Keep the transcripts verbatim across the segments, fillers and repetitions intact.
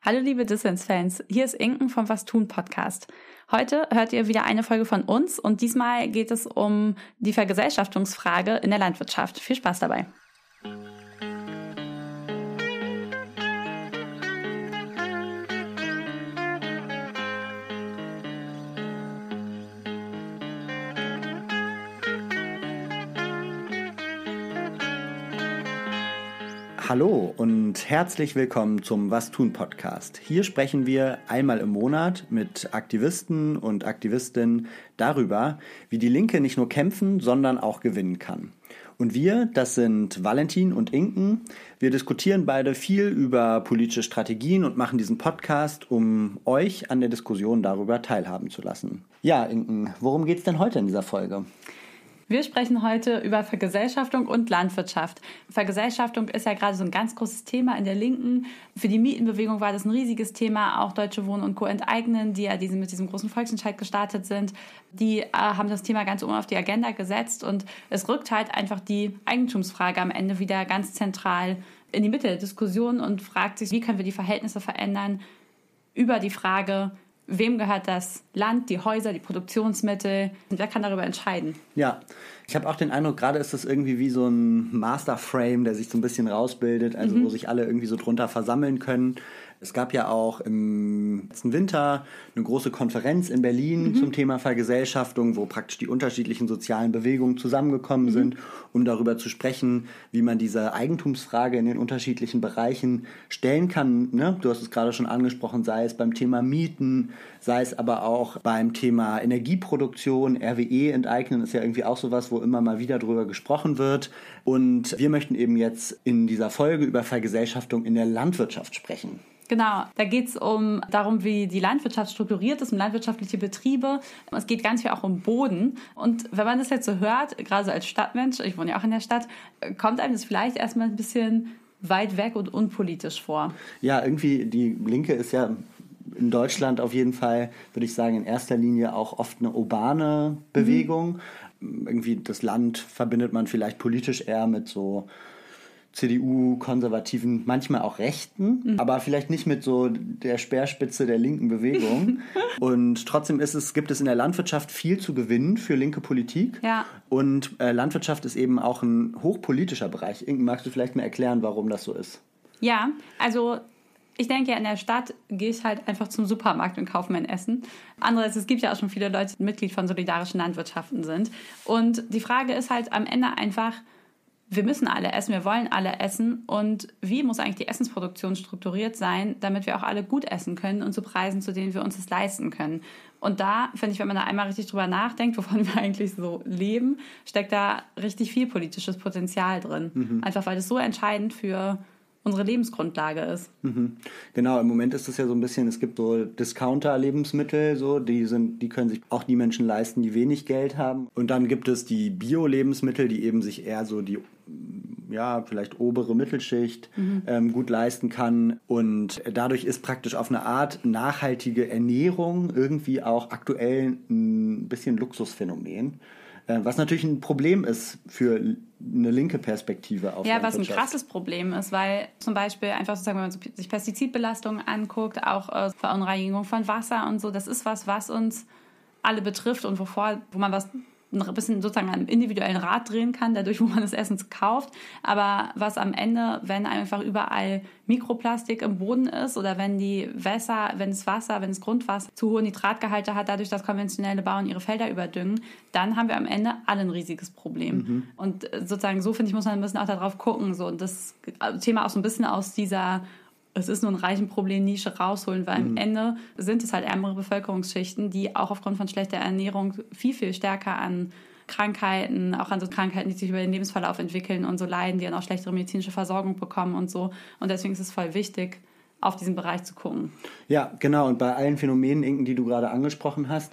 Hallo liebe Dissens-Fans, hier ist Inken vom Was tun Podcast. Heute hört ihr wieder eine Folge von uns und diesmal geht es um die Vergesellschaftungsfrage in der Landwirtschaft. Viel Spaß dabei. Hallo und herzlich willkommen zum Was tun Podcast. Hier sprechen wir einmal im Monat mit Aktivisten und Aktivistinnen darüber, wie die Linke nicht nur kämpfen, sondern auch gewinnen kann. Und wir, das sind Valentin und Inken. Wir diskutieren beide viel über politische Strategien und machen diesen Podcast, um euch an der Diskussion darüber teilhaben zu lassen. Ja, Inken, worum geht's denn heute in dieser Folge? Wir sprechen heute über Vergesellschaftung und Landwirtschaft. Vergesellschaftung ist ja gerade so ein ganz großes Thema in der Linken. Für die Mietenbewegung war das ein riesiges Thema. Auch Deutsche Wohnen und Co. enteignen, die ja diesen, mit diesem großen Volksentscheid gestartet sind, die äh, haben das Thema ganz oben auf die Agenda gesetzt. Und es rückt halt einfach die Eigentumsfrage am Ende wieder ganz zentral in die Mitte der Diskussion und fragt sich, wie können wir die Verhältnisse verändern über die Frage, wem gehört das Land, die Häuser, die Produktionsmittel? Und wer kann darüber entscheiden? Ja, ich habe auch den Eindruck, gerade ist das irgendwie wie so ein Masterframe, der sich so ein bisschen rausbildet, also mhm. wo sich alle irgendwie so drunter versammeln können. Es gab ja auch im letzten Winter eine große Konferenz in Berlin mhm. zum Thema Vergesellschaftung, wo praktisch die unterschiedlichen sozialen Bewegungen zusammengekommen mhm. sind, um darüber zu sprechen, wie man diese Eigentumsfrage in den unterschiedlichen Bereichen stellen kann. Ne? Du hast es gerade schon angesprochen, sei es beim Thema Mieten, sei es aber auch beim Thema Energieproduktion. R W E enteignen ist ja irgendwie auch sowas, wo immer mal wieder drüber gesprochen wird. Und wir möchten eben jetzt in dieser Folge über Vergesellschaftung in der Landwirtschaft sprechen. Genau, da geht es um darum, wie die Landwirtschaft strukturiert ist, um landwirtschaftliche Betriebe. Es geht ganz viel auch um Boden. Und wenn man das jetzt so hört, gerade so als Stadtmensch, ich wohne ja auch in der Stadt, kommt einem das vielleicht erstmal ein bisschen weit weg und unpolitisch vor. Ja, irgendwie die Linke ist ja in Deutschland auf jeden Fall, würde ich sagen, in erster Linie auch oft eine urbane Bewegung. Mhm. Irgendwie das Land verbindet man vielleicht politisch eher mit so C D U, Konservativen, manchmal auch Rechten, mhm. aber vielleicht nicht mit so der Speerspitze der linken Bewegung. Und trotzdem ist es, gibt es in der Landwirtschaft viel zu gewinnen für linke Politik. Ja. Und äh, Landwirtschaft ist eben auch ein hochpolitischer Bereich. Inken, magst du vielleicht mal erklären, warum das so ist? Ja, also ich denke, in der Stadt gehe ich halt einfach zum Supermarkt und kaufe mein Essen. Andererseits, es gibt ja auch schon viele Leute, die Mitglied von solidarischen Landwirtschaften sind. Und die Frage ist halt am Ende einfach, wir müssen alle essen, wir wollen alle essen. Und wie muss eigentlich die Essensproduktion strukturiert sein, damit wir auch alle gut essen können und zu Preisen, zu denen wir uns das leisten können? Und da, finde ich, wenn man da einmal richtig drüber nachdenkt, wovon wir eigentlich so leben, steckt da richtig viel politisches Potenzial drin. Mhm. Einfach weil es so entscheidend für unsere Lebensgrundlage ist. Mhm. Genau, im Moment ist es ja so ein bisschen, es gibt so Discounter-Lebensmittel, so, die sind, die können sich auch die Menschen leisten, die wenig Geld haben. Und dann gibt es die Bio-Lebensmittel, die eben sich eher so die, ja, vielleicht obere Mittelschicht mhm. ähm, gut leisten kann. Und dadurch ist praktisch auf eine Art nachhaltige Ernährung irgendwie auch aktuell ein bisschen Luxusphänomen. Was natürlich ein Problem ist für eine linke Perspektive auf Ja, was ein krasses Problem ist, weil zum Beispiel einfach sozusagen, wenn man sich Pestizidbelastungen anguckt, auch äh, Verunreinigung von Wasser und so, das ist was, was uns alle betrifft und wovor, wo man was ein bisschen sozusagen an einem individuellen Rad drehen kann, dadurch, wo man das Essen kauft. Aber was am Ende, wenn einfach überall Mikroplastik im Boden ist oder wenn die Wässer, wenn das Wasser, wenn das Grundwasser zu hohe Nitratgehalte hat, dadurch, dass konventionelle Bauern ihre Felder überdüngen, dann haben wir am Ende alle ein riesiges Problem. Mhm. Und sozusagen so, finde ich, muss man ein bisschen auch darauf gucken. So. Und das Thema auch so ein bisschen aus dieser es ist nur ein Reichenproblem-Nische rausholen, weil mhm. am Ende sind es halt ärmere Bevölkerungsschichten, die auch aufgrund von schlechter Ernährung viel, viel stärker an Krankheiten, auch an so Krankheiten, die sich über den Lebensverlauf entwickeln und so leiden, die dann auch schlechtere medizinische Versorgung bekommen und so. Und deswegen ist es voll wichtig, auf diesen Bereich zu gucken. Ja, genau. Und bei allen Phänomenen, Inken, die du gerade angesprochen hast,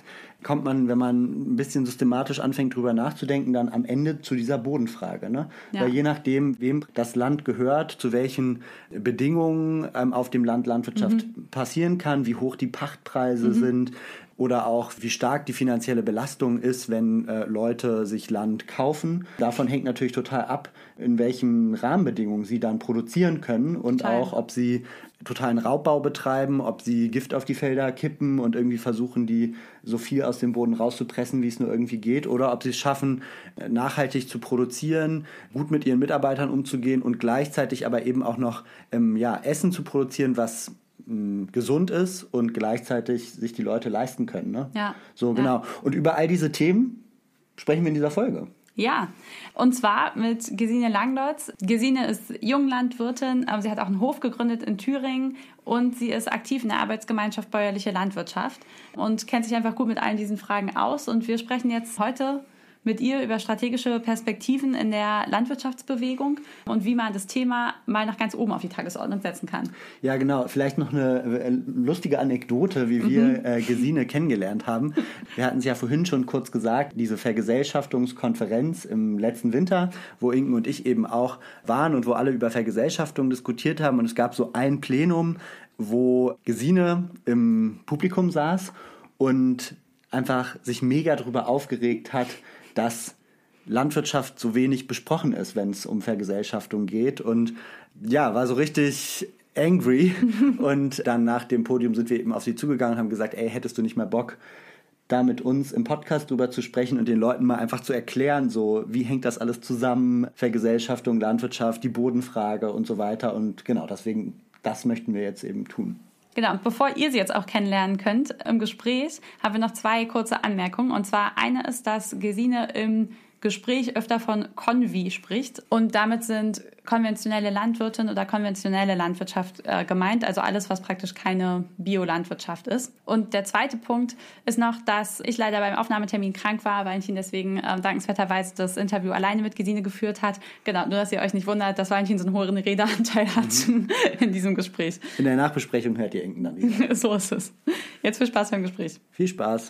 kommt man, wenn man ein bisschen systematisch anfängt, drüber nachzudenken, dann am Ende zu dieser Bodenfrage. Ne? Ja. Weil je nachdem, wem das Land gehört, zu welchen Bedingungen ähm, auf dem Land Landwirtschaft mhm. passieren kann, wie hoch die Pachtpreise mhm. sind, oder auch, wie stark die finanzielle Belastung ist, wenn äh, Leute sich Land kaufen. Davon hängt natürlich total ab, in welchen Rahmenbedingungen sie dann produzieren können und total. Auch, ob sie totalen Raubbau betreiben, ob sie Gift auf die Felder kippen und irgendwie versuchen, die so viel aus dem Boden rauszupressen, wie es nur irgendwie geht, oder ob sie es schaffen, nachhaltig zu produzieren, gut mit ihren Mitarbeitern umzugehen und gleichzeitig aber eben auch noch ähm, ja, Essen zu produzieren, was gesund ist und gleichzeitig sich die Leute leisten können. Ne? Ja. So, genau. Ja. Und über all diese Themen sprechen wir in dieser Folge. Ja, und zwar mit Gesine Langlotz. Gesine ist Junglandwirtin, aber sie hat auch einen Hof gegründet in Thüringen und sie ist aktiv in der Arbeitsgemeinschaft Bäuerliche Landwirtschaft und kennt sich einfach gut mit allen diesen Fragen aus. Und wir sprechen jetzt heute mit ihr über strategische Perspektiven in der Landwirtschaftsbewegung und wie man das Thema mal nach ganz oben auf die Tagesordnung setzen kann. Ja, genau. Vielleicht noch eine lustige Anekdote, wie wir mhm. äh, Gesine kennengelernt haben. Wir hatten es ja vorhin schon kurz gesagt, diese Vergesellschaftungskonferenz im letzten Winter, wo Inken und ich eben auch waren und wo alle über Vergesellschaftung diskutiert haben. Und es gab so ein Plenum, wo Gesine im Publikum saß und einfach sich mega darüber aufgeregt hat, dass Landwirtschaft so wenig besprochen ist, wenn es um Vergesellschaftung geht. Und ja, war so richtig angry. Und dann nach dem Podium sind wir eben auf sie zugegangen und haben gesagt, ey, hättest du nicht mal Bock, da mit uns im Podcast drüber zu sprechen und den Leuten mal einfach zu erklären, so wie hängt das alles zusammen, Vergesellschaftung, Landwirtschaft, die Bodenfrage und so weiter. Und genau, deswegen, das möchten wir jetzt eben tun. Genau, und bevor ihr sie jetzt auch kennenlernen könnt im Gespräch, haben wir noch zwei kurze Anmerkungen. Und zwar eine ist, dass Gesine im Gespräch öfter von Konvi spricht. Und damit sind konventionelle Landwirtin oder konventionelle Landwirtschaft äh, gemeint. Also alles, was praktisch keine Biolandwirtschaft ist. Und der zweite Punkt ist noch, dass ich leider beim Aufnahmetermin krank war, Valentin deswegen äh, dankenswerterweise das Interview alleine mit Gesine geführt hat. Genau, nur dass ihr euch nicht wundert, dass Valentin so einen hohen Redeanteil hat mhm. in diesem Gespräch. In der Nachbesprechung hört ihr Inken dann wieder. So ist es. Jetzt viel Spaß beim Gespräch. Viel Spaß.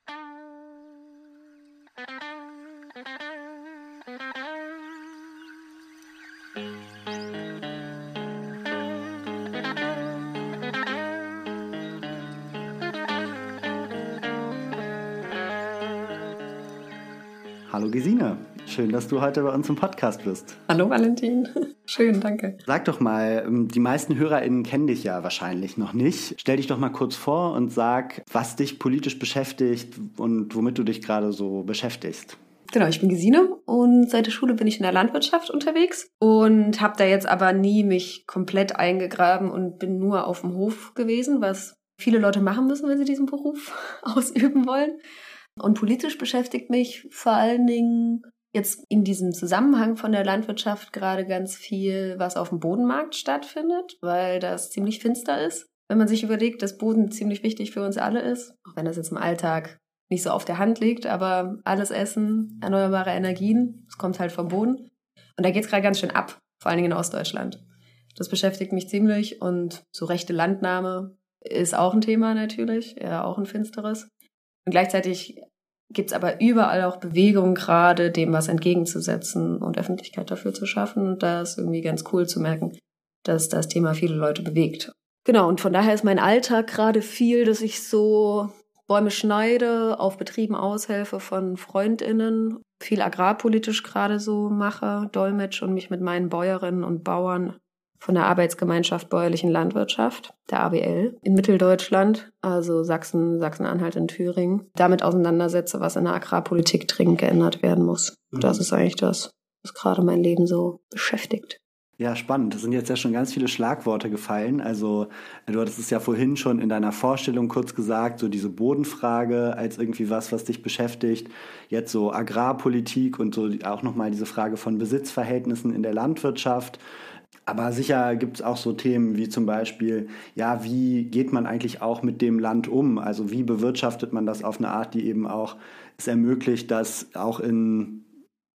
Hallo Gesine, schön, dass du heute bei uns im Podcast bist. Hallo Valentin, schön, danke. Sag doch mal, die meisten HörerInnen kennen dich ja wahrscheinlich noch nicht. Stell dich doch mal kurz vor und sag, was dich politisch beschäftigt und womit du dich gerade so beschäftigst. Genau, ich bin Gesine und seit der Schule bin ich in der Landwirtschaft unterwegs und habe da jetzt aber nie mich komplett eingegraben und bin nur auf dem Hof gewesen, was viele Leute machen müssen, wenn sie diesen Beruf ausüben wollen. Und politisch beschäftigt mich vor allen Dingen jetzt in diesem Zusammenhang von der Landwirtschaft gerade ganz viel, was auf dem Bodenmarkt stattfindet, weil das ziemlich finster ist. Wenn man sich überlegt, dass Boden ziemlich wichtig für uns alle ist, auch wenn das jetzt im Alltag nicht so auf der Hand liegt, aber alles Essen, erneuerbare Energien, das kommt halt vom Boden. Und da geht es gerade ganz schön ab, vor allen Dingen in Ostdeutschland. Das beschäftigt mich ziemlich und so rechte Landnahme ist auch ein Thema natürlich, ja, auch ein finsteres. Und gleichzeitig gibt es aber überall auch Bewegung, gerade dem was entgegenzusetzen und Öffentlichkeit dafür zu schaffen. Und da ist irgendwie ganz cool zu merken, dass das Thema viele Leute bewegt. Genau, und von daher ist mein Alltag gerade viel, dass ich so Bäume schneide, auf Betrieben aushelfe von FreundInnen, viel agrarpolitisch gerade so mache, dolmetsch und mich mit meinen Bäuerinnen und Bauern von der Arbeitsgemeinschaft Bäuerlichen Landwirtschaft, der A B L, in Mitteldeutschland, also Sachsen, Sachsen-Anhalt und Thüringen, damit auseinandersetze, was in der Agrarpolitik dringend geändert werden muss. Mhm. Das ist eigentlich das, was gerade mein Leben so beschäftigt. Ja, spannend. Es sind jetzt ja schon ganz viele Schlagworte gefallen. Also du hattest es ja vorhin schon in deiner Vorstellung kurz gesagt, so diese Bodenfrage als irgendwie was, was dich beschäftigt. Jetzt so Agrarpolitik und so auch nochmal diese Frage von Besitzverhältnissen in der Landwirtschaft. Aber sicher gibt es auch so Themen wie zum Beispiel, ja, wie geht man eigentlich auch mit dem Land um? Also wie bewirtschaftet man das auf eine Art, die eben auch es ermöglicht, dass auch in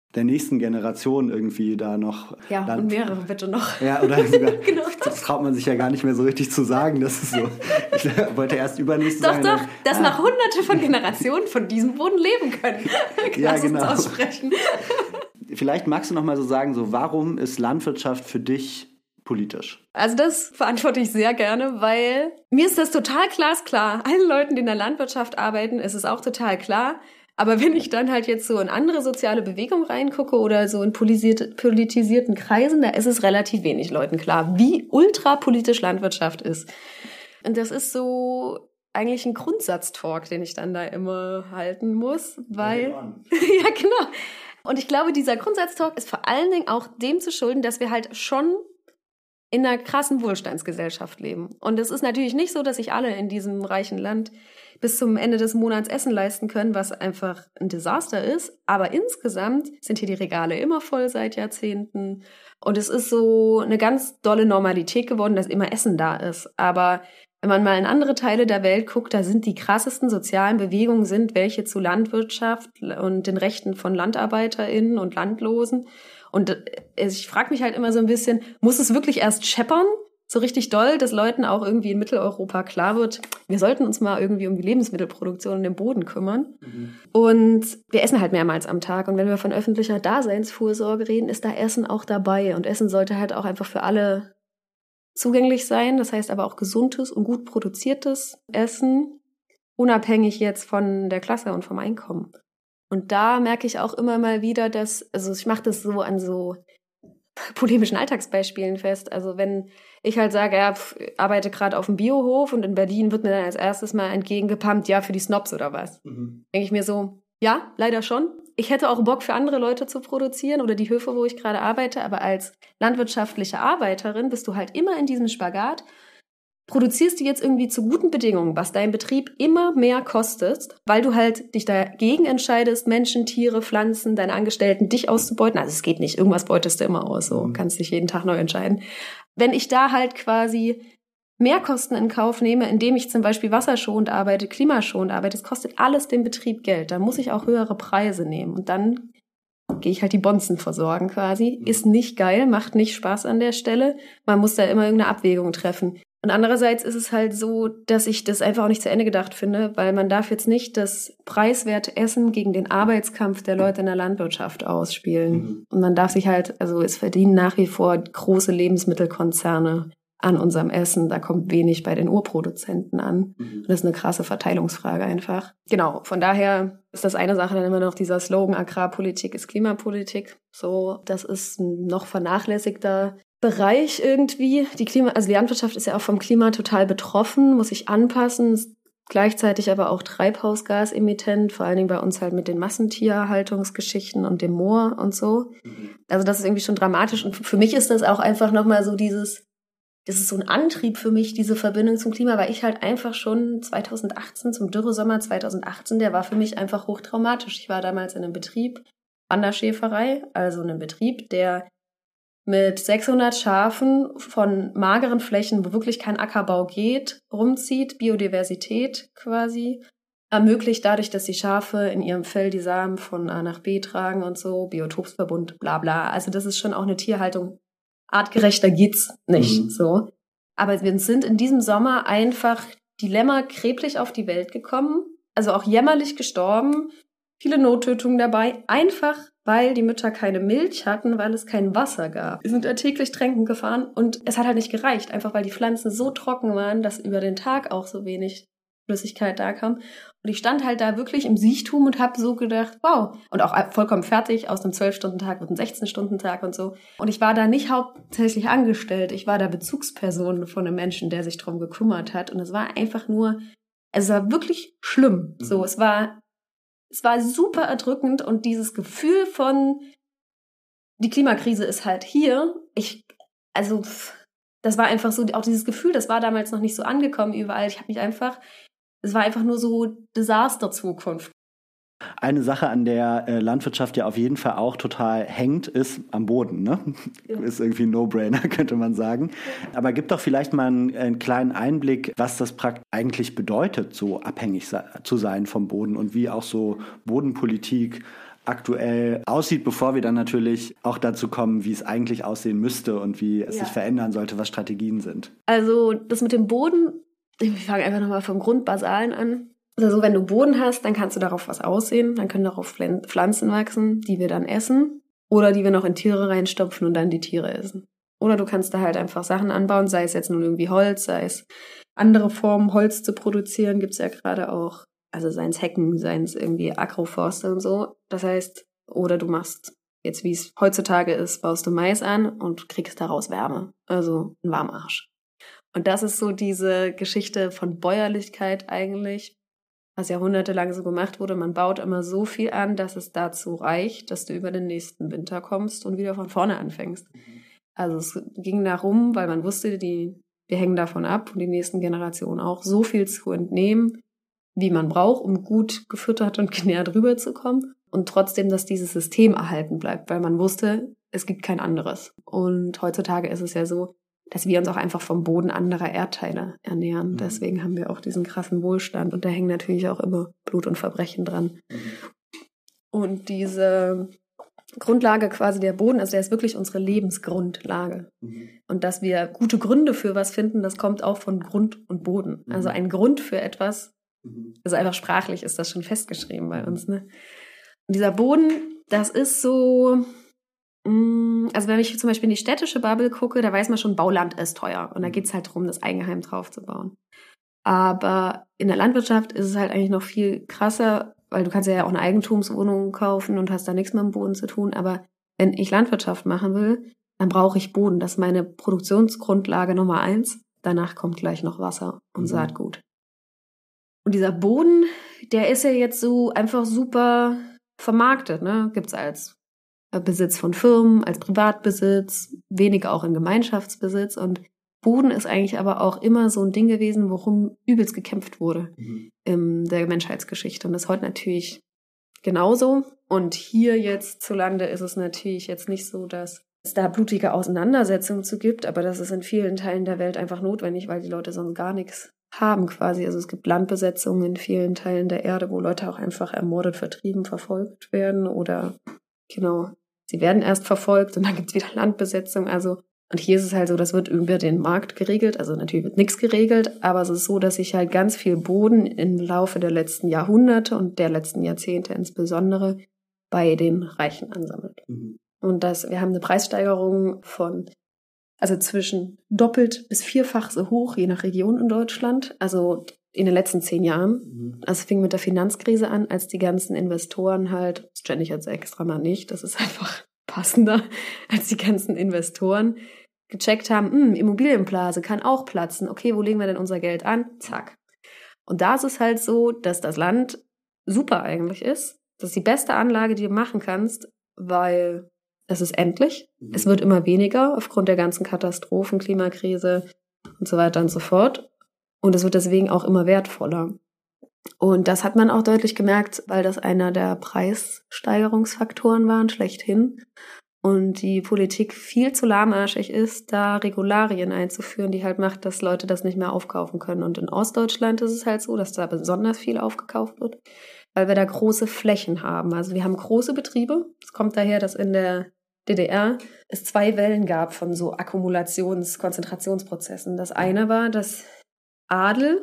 der nächsten Generation irgendwie da noch... Ja, Land- und mehrere bitte noch. Ja, oder sogar, Genau. das traut man sich ja gar nicht mehr so richtig zu sagen. Das ist so, ich wollte erst übernächste Doch, sagen. doch, dann, dass ah, noch hunderte von Generationen von diesem Boden leben können. Ja, Lass genau. uns aussprechen. Vielleicht magst du noch mal so sagen, so, warum ist Landwirtschaft für dich politisch? Also das beantworte ich sehr gerne, weil mir ist das total glasklar. Allen Leuten, die in der Landwirtschaft arbeiten, ist es auch total klar. Aber wenn ich dann halt jetzt so in andere soziale Bewegungen reingucke oder so in politisierte, politisierten Kreisen, da ist es relativ wenig Leuten klar, wie ultrapolitisch Landwirtschaft ist. Und das ist so eigentlich ein Grundsatztalk, den ich dann da immer halten muss, weil... Ja, genau. Und ich glaube, dieser Grundsatztalk ist vor allen Dingen auch dem zu schulden, dass wir halt schon in einer krassen Wohlstandsgesellschaft leben. Und es ist natürlich nicht so, dass sich alle in diesem reichen Land bis zum Ende des Monats Essen leisten können, was einfach ein Desaster ist. Aber insgesamt sind hier die Regale immer voll seit Jahrzehnten. Und es ist so eine ganz dolle Normalität geworden, dass immer Essen da ist. Aber wenn man mal in andere Teile der Welt guckt, da sind die krassesten sozialen Bewegungen, sind welche zu Landwirtschaft und den Rechten von LandarbeiterInnen und Landlosen. Und ich frage mich halt immer so ein bisschen, muss es wirklich erst scheppern, so richtig doll, dass Leuten auch irgendwie in Mitteleuropa klar wird, wir sollten uns mal irgendwie um die Lebensmittelproduktion und den Boden kümmern. Mhm. Und wir essen halt mehrmals am Tag. Und wenn wir von öffentlicher Daseinsvorsorge reden, ist da Essen auch dabei. Und Essen sollte halt auch einfach für alle zugänglich sein. Das heißt aber auch gesundes und gut produziertes Essen, unabhängig jetzt von der Klasse und vom Einkommen. Und da merke ich auch immer mal wieder, dass, also ich mache das so an so polemischen Alltagsbeispielen fest. Also wenn ich halt sage, ja, pf, arbeite gerade auf dem Biohof und in Berlin wird mir dann als erstes mal entgegengepumpt, ja, für die Snobs oder was. Mhm. Denke ich mir so, ja, leider schon. Ich hätte auch Bock für andere Leute zu produzieren oder die Höfe, wo ich gerade arbeite, aber als landwirtschaftliche Arbeiterin bist du halt immer in diesem Spagat. Produzierst du jetzt irgendwie zu guten Bedingungen, was dein Betrieb immer mehr kostet, weil du halt dich dagegen entscheidest, Menschen, Tiere, Pflanzen, deine Angestellten, dich auszubeuten. Also es geht nicht, irgendwas beutest du immer aus, so kannst dich jeden Tag neu entscheiden. Wenn ich da halt quasi Mehrkosten in Kauf nehme, indem ich zum Beispiel wasserschonend arbeite, klimaschonend arbeite, das kostet alles dem Betrieb Geld. Da muss ich auch höhere Preise nehmen und dann gehe ich halt die Bonzen versorgen quasi. Ist nicht geil, macht nicht Spaß an der Stelle. Man muss da immer irgendeine Abwägung treffen. Und andererseits ist es halt so, dass ich das einfach auch nicht zu Ende gedacht finde, weil man darf jetzt nicht das preiswerte Essen gegen den Arbeitskampf der Leute in der Landwirtschaft ausspielen. Mhm. Und man darf sich halt, also es verdienen nach wie vor große Lebensmittelkonzerne an unserem Essen. Da kommt wenig bei den Urproduzenten an. Mhm. Das ist eine krasse Verteilungsfrage einfach. Genau, von daher ist das eine Sache dann immer noch dieser Slogan, Agrarpolitik ist Klimapolitik. So, das ist ein noch vernachlässigter Bereich irgendwie. Die Klima, also die Landwirtschaft ist ja auch vom Klima total betroffen, muss sich anpassen, ist gleichzeitig aber auch Treibhausgasemittent, vor allen Dingen bei uns halt mit den Massentierhaltungsgeschichten und dem Moor und so. Mhm. Also das ist irgendwie schon dramatisch und für mich ist das auch einfach nochmal so dieses, das ist so ein Antrieb für mich, diese Verbindung zum Klima, weil ich halt einfach schon zweitausendachtzehn, zum Dürresommer zweitausendachtzehn, der war für mich einfach hochtraumatisch. Ich war damals in einem Betrieb, Wanderschäferei, also in einem Betrieb, der mit sechshundert Schafen von mageren Flächen, wo wirklich kein Ackerbau geht, rumzieht, Biodiversität quasi, ermöglicht dadurch, dass die Schafe in ihrem Fell die Samen von A nach B tragen und so, Biotopsverbund, bla bla. Also das ist schon auch eine Tierhaltung. Artgerechter geht's nicht, mhm. so. Aber wir sind in diesem Sommer einfach die Lämmer kreblich auf die Welt gekommen, also auch jämmerlich gestorben, viele Nottötungen dabei, einfach weil die Mütter keine Milch hatten, weil es kein Wasser gab. Wir sind da täglich tränken gefahren und es hat halt nicht gereicht, einfach weil die Pflanzen so trocken waren, dass über den Tag auch so wenig Flüssigkeit da kam. Und ich stand halt da wirklich im Siechtum und habe so gedacht, wow. Und auch vollkommen fertig, aus einem zwölf-Stunden-Tag wird ein sechzehn-Stunden-Tag und so. Und ich war da nicht hauptsächlich angestellt, ich war da Bezugsperson von einem Menschen, der sich drum gekümmert hat. Und es war einfach nur, es war wirklich schlimm. Mhm. So, es war Es war super erdrückend und dieses Gefühl von, die Klimakrise ist halt hier. Ich, also, das war einfach so, auch dieses Gefühl, das war damals noch nicht so angekommen überall. Ich habe mich einfach, es war einfach nur so Desaster-Zukunft. Eine Sache, an der äh, Landwirtschaft ja auf jeden Fall auch total hängt, ist am Boden. Ne? Ja. Ist irgendwie ein No-Brainer, könnte man sagen. Ja. Aber gib doch vielleicht mal einen, einen kleinen Einblick, was das praktisch eigentlich bedeutet, so abhängig se- zu sein vom Boden und wie auch so Bodenpolitik aktuell aussieht, bevor wir dann natürlich auch dazu kommen, wie es eigentlich aussehen müsste und wie es ja. sich verändern sollte, was Strategien sind. Also das mit dem Boden, ich fange einfach nochmal vom Grundbasalen an. Also wenn du Boden hast, dann kannst du darauf was aussehen, dann können darauf Pflanzen wachsen, die wir dann essen oder die wir noch in Tiere reinstopfen und dann die Tiere essen. Oder du kannst da halt einfach Sachen anbauen, sei es jetzt nun irgendwie Holz, sei es andere Formen, Holz zu produzieren, gibt's ja gerade auch. Also seien es Hecken, seien es irgendwie Agroforste und so. Das heißt, oder du machst jetzt, wie es heutzutage ist, baust du Mais an und kriegst daraus Wärme. Also ein Warmarsch. Und das ist so diese Geschichte von Bäuerlichkeit eigentlich, was jahrhundertelang so gemacht wurde. Man baut immer so viel an, dass es dazu reicht, dass du über den nächsten Winter kommst und wieder von vorne anfängst. Also es ging darum, weil man wusste, die, wir hängen davon ab und die nächsten Generationen auch, so viel zu entnehmen, wie man braucht, um gut gefüttert und genährt rüberzukommen und trotzdem, dass dieses System erhalten bleibt, weil man wusste, es gibt kein anderes. Und heutzutage ist es ja so, dass wir uns auch einfach vom Boden anderer Erdteile ernähren. Mhm. Deswegen haben wir auch diesen krassen Wohlstand und da hängen natürlich auch immer Blut und Verbrechen dran. Mhm. Und diese Grundlage quasi der Boden, also der ist wirklich unsere Lebensgrundlage. Mhm. Und dass wir gute Gründe für was finden, das kommt auch von Grund und Boden. Mhm. Also ein Grund für etwas, also einfach sprachlich ist das schon festgeschrieben bei uns, ne? Und dieser Boden, das ist so, mh, also wenn ich zum Beispiel in die städtische Bubble gucke, da weiß man schon, Bauland ist teuer. Und da geht's halt darum, das Eigenheim drauf zu bauen. Aber in der Landwirtschaft ist es halt eigentlich noch viel krasser, weil du kannst ja auch eine Eigentumswohnung kaufen und hast da nichts mit dem Boden zu tun. Aber wenn ich Landwirtschaft machen will, dann brauche ich Boden. Das ist meine Produktionsgrundlage Nummer eins. Danach kommt gleich noch Wasser und mhm. Saatgut. Und dieser Boden, der ist ja jetzt so einfach super vermarktet, ne? Gibt's als Besitz von Firmen, als Privatbesitz, weniger auch in Gemeinschaftsbesitz. Und Boden ist eigentlich aber auch immer so ein Ding gewesen, worum übelst gekämpft wurde mhm. in der Menschheitsgeschichte. Und das ist heute natürlich genauso. Und hier jetzt zu Lande ist es natürlich jetzt nicht so, dass es da blutige Auseinandersetzungen zu gibt, aber das ist in vielen Teilen der Welt einfach notwendig, weil die Leute sonst gar nichts haben quasi. Also es gibt Landbesetzungen in vielen Teilen der Erde, wo Leute auch einfach ermordet, vertrieben, verfolgt werden oder genau, sie werden erst verfolgt und dann gibt es wieder Landbesetzung. Also und hier ist es halt so, das wird über den Markt geregelt, also natürlich wird nichts geregelt, aber es ist so, dass sich halt ganz viel Boden im Laufe der letzten Jahrhunderte und der letzten Jahrzehnte insbesondere bei den Reichen ansammelt. Mhm. Und das, wir haben eine Preissteigerung von also zwischen doppelt bis vierfach so hoch, je nach Region in Deutschland. Also in den letzten zehn Jahren. Mhm. Also es fing mit der Finanzkrise an, als die ganzen Investoren halt, das trenne ich jetzt extra mal nicht, das ist einfach passender, als die ganzen Investoren gecheckt haben, hm, Immobilienblase kann auch platzen. Okay, wo legen wir denn unser Geld an? Zack. Und da ist es halt so, dass das Land super eigentlich ist. Das ist die beste Anlage, die du machen kannst, weil es ist endlich. Mhm. Es wird immer weniger aufgrund der ganzen Katastrophen, Klimakrise und so weiter und so fort. Und es wird deswegen auch immer wertvoller. Und das hat man auch deutlich gemerkt, weil das einer der Preissteigerungsfaktoren waren, schlechthin. Und die Politik viel zu lahmarschig ist, da Regularien einzuführen, die halt macht, dass Leute das nicht mehr aufkaufen können. Und in Ostdeutschland ist es halt so, dass da besonders viel aufgekauft wird, weil wir da große Flächen haben. Also wir haben große Betriebe. Es kommt daher, dass in der D D R es zwei Wellen gab von so Akkumulations-, Konzentrationsprozessen. Das eine war, dass Adel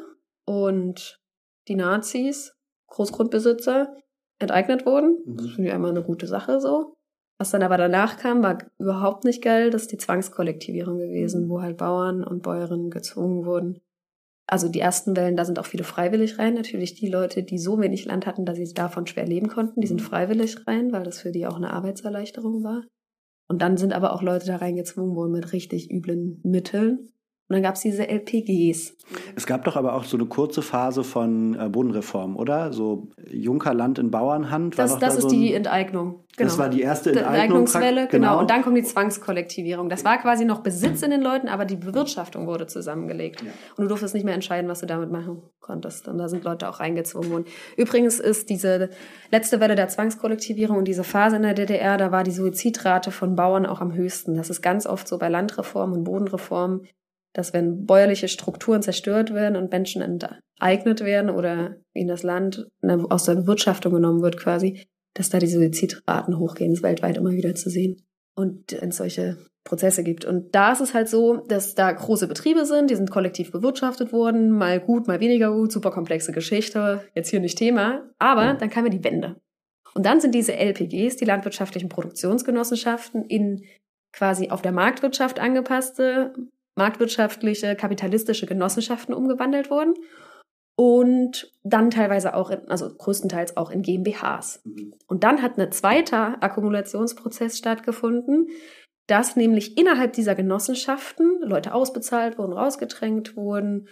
und die Nazis, Großgrundbesitzer, enteignet wurden. Das finde ich einmal eine gute Sache so. Was dann aber danach kam, war überhaupt nicht geil. Das ist die Zwangskollektivierung gewesen, wo halt Bauern und Bäuerinnen gezwungen wurden. Also die ersten Wellen, da sind auch viele freiwillig rein. Natürlich die Leute, die so wenig Land hatten, dass sie davon schwer leben konnten, die sind freiwillig rein, weil das für die auch eine Arbeitserleichterung war. Und dann sind aber auch Leute da reingezwungen worden mit richtig üblen Mitteln. Und dann gab es diese L P Gs. Es gab doch aber auch so eine kurze Phase von äh, Bodenreform, oder? So Junkerland in Bauernhand. Das, war das da ist so die Enteignung. Genau. Das war die erste die Enteignung. Enteignungswelle, genau. genau. Und dann kommt die Zwangskollektivierung. Das war quasi noch Besitz in den Leuten, aber die Bewirtschaftung wurde zusammengelegt. Ja. Und du durftest nicht mehr entscheiden, was du damit machen konntest. Und da sind Leute auch reingezwungen worden. Übrigens ist diese letzte Welle der Zwangskollektivierung und diese Phase in der D D R, da war die Suizidrate von Bauern auch am höchsten. Das ist ganz oft so bei Landreformen und Bodenreformen, dass wenn bäuerliche Strukturen zerstört werden und Menschen enteignet werden oder ihnen das Land aus der Bewirtschaftung genommen wird quasi, dass da die Suizidraten hochgehen, ist weltweit immer wieder zu sehen. Und es solche Prozesse gibt. Und da ist es halt so, dass da große Betriebe sind, die sind kollektiv bewirtschaftet worden, mal gut, mal weniger gut, super komplexe Geschichte, jetzt hier nicht Thema. Aber dann kam ja die Wende. Und dann sind diese L P Gs, die landwirtschaftlichen Produktionsgenossenschaften, in quasi auf der Marktwirtschaft angepasste, marktwirtschaftliche, kapitalistische Genossenschaften umgewandelt worden. Und dann teilweise auch, in, also größtenteils auch in G m b Hs. Und dann hat ein zweiter Akkumulationsprozess stattgefunden, dass nämlich innerhalb dieser Genossenschaften Leute ausbezahlt wurden, rausgedrängt wurden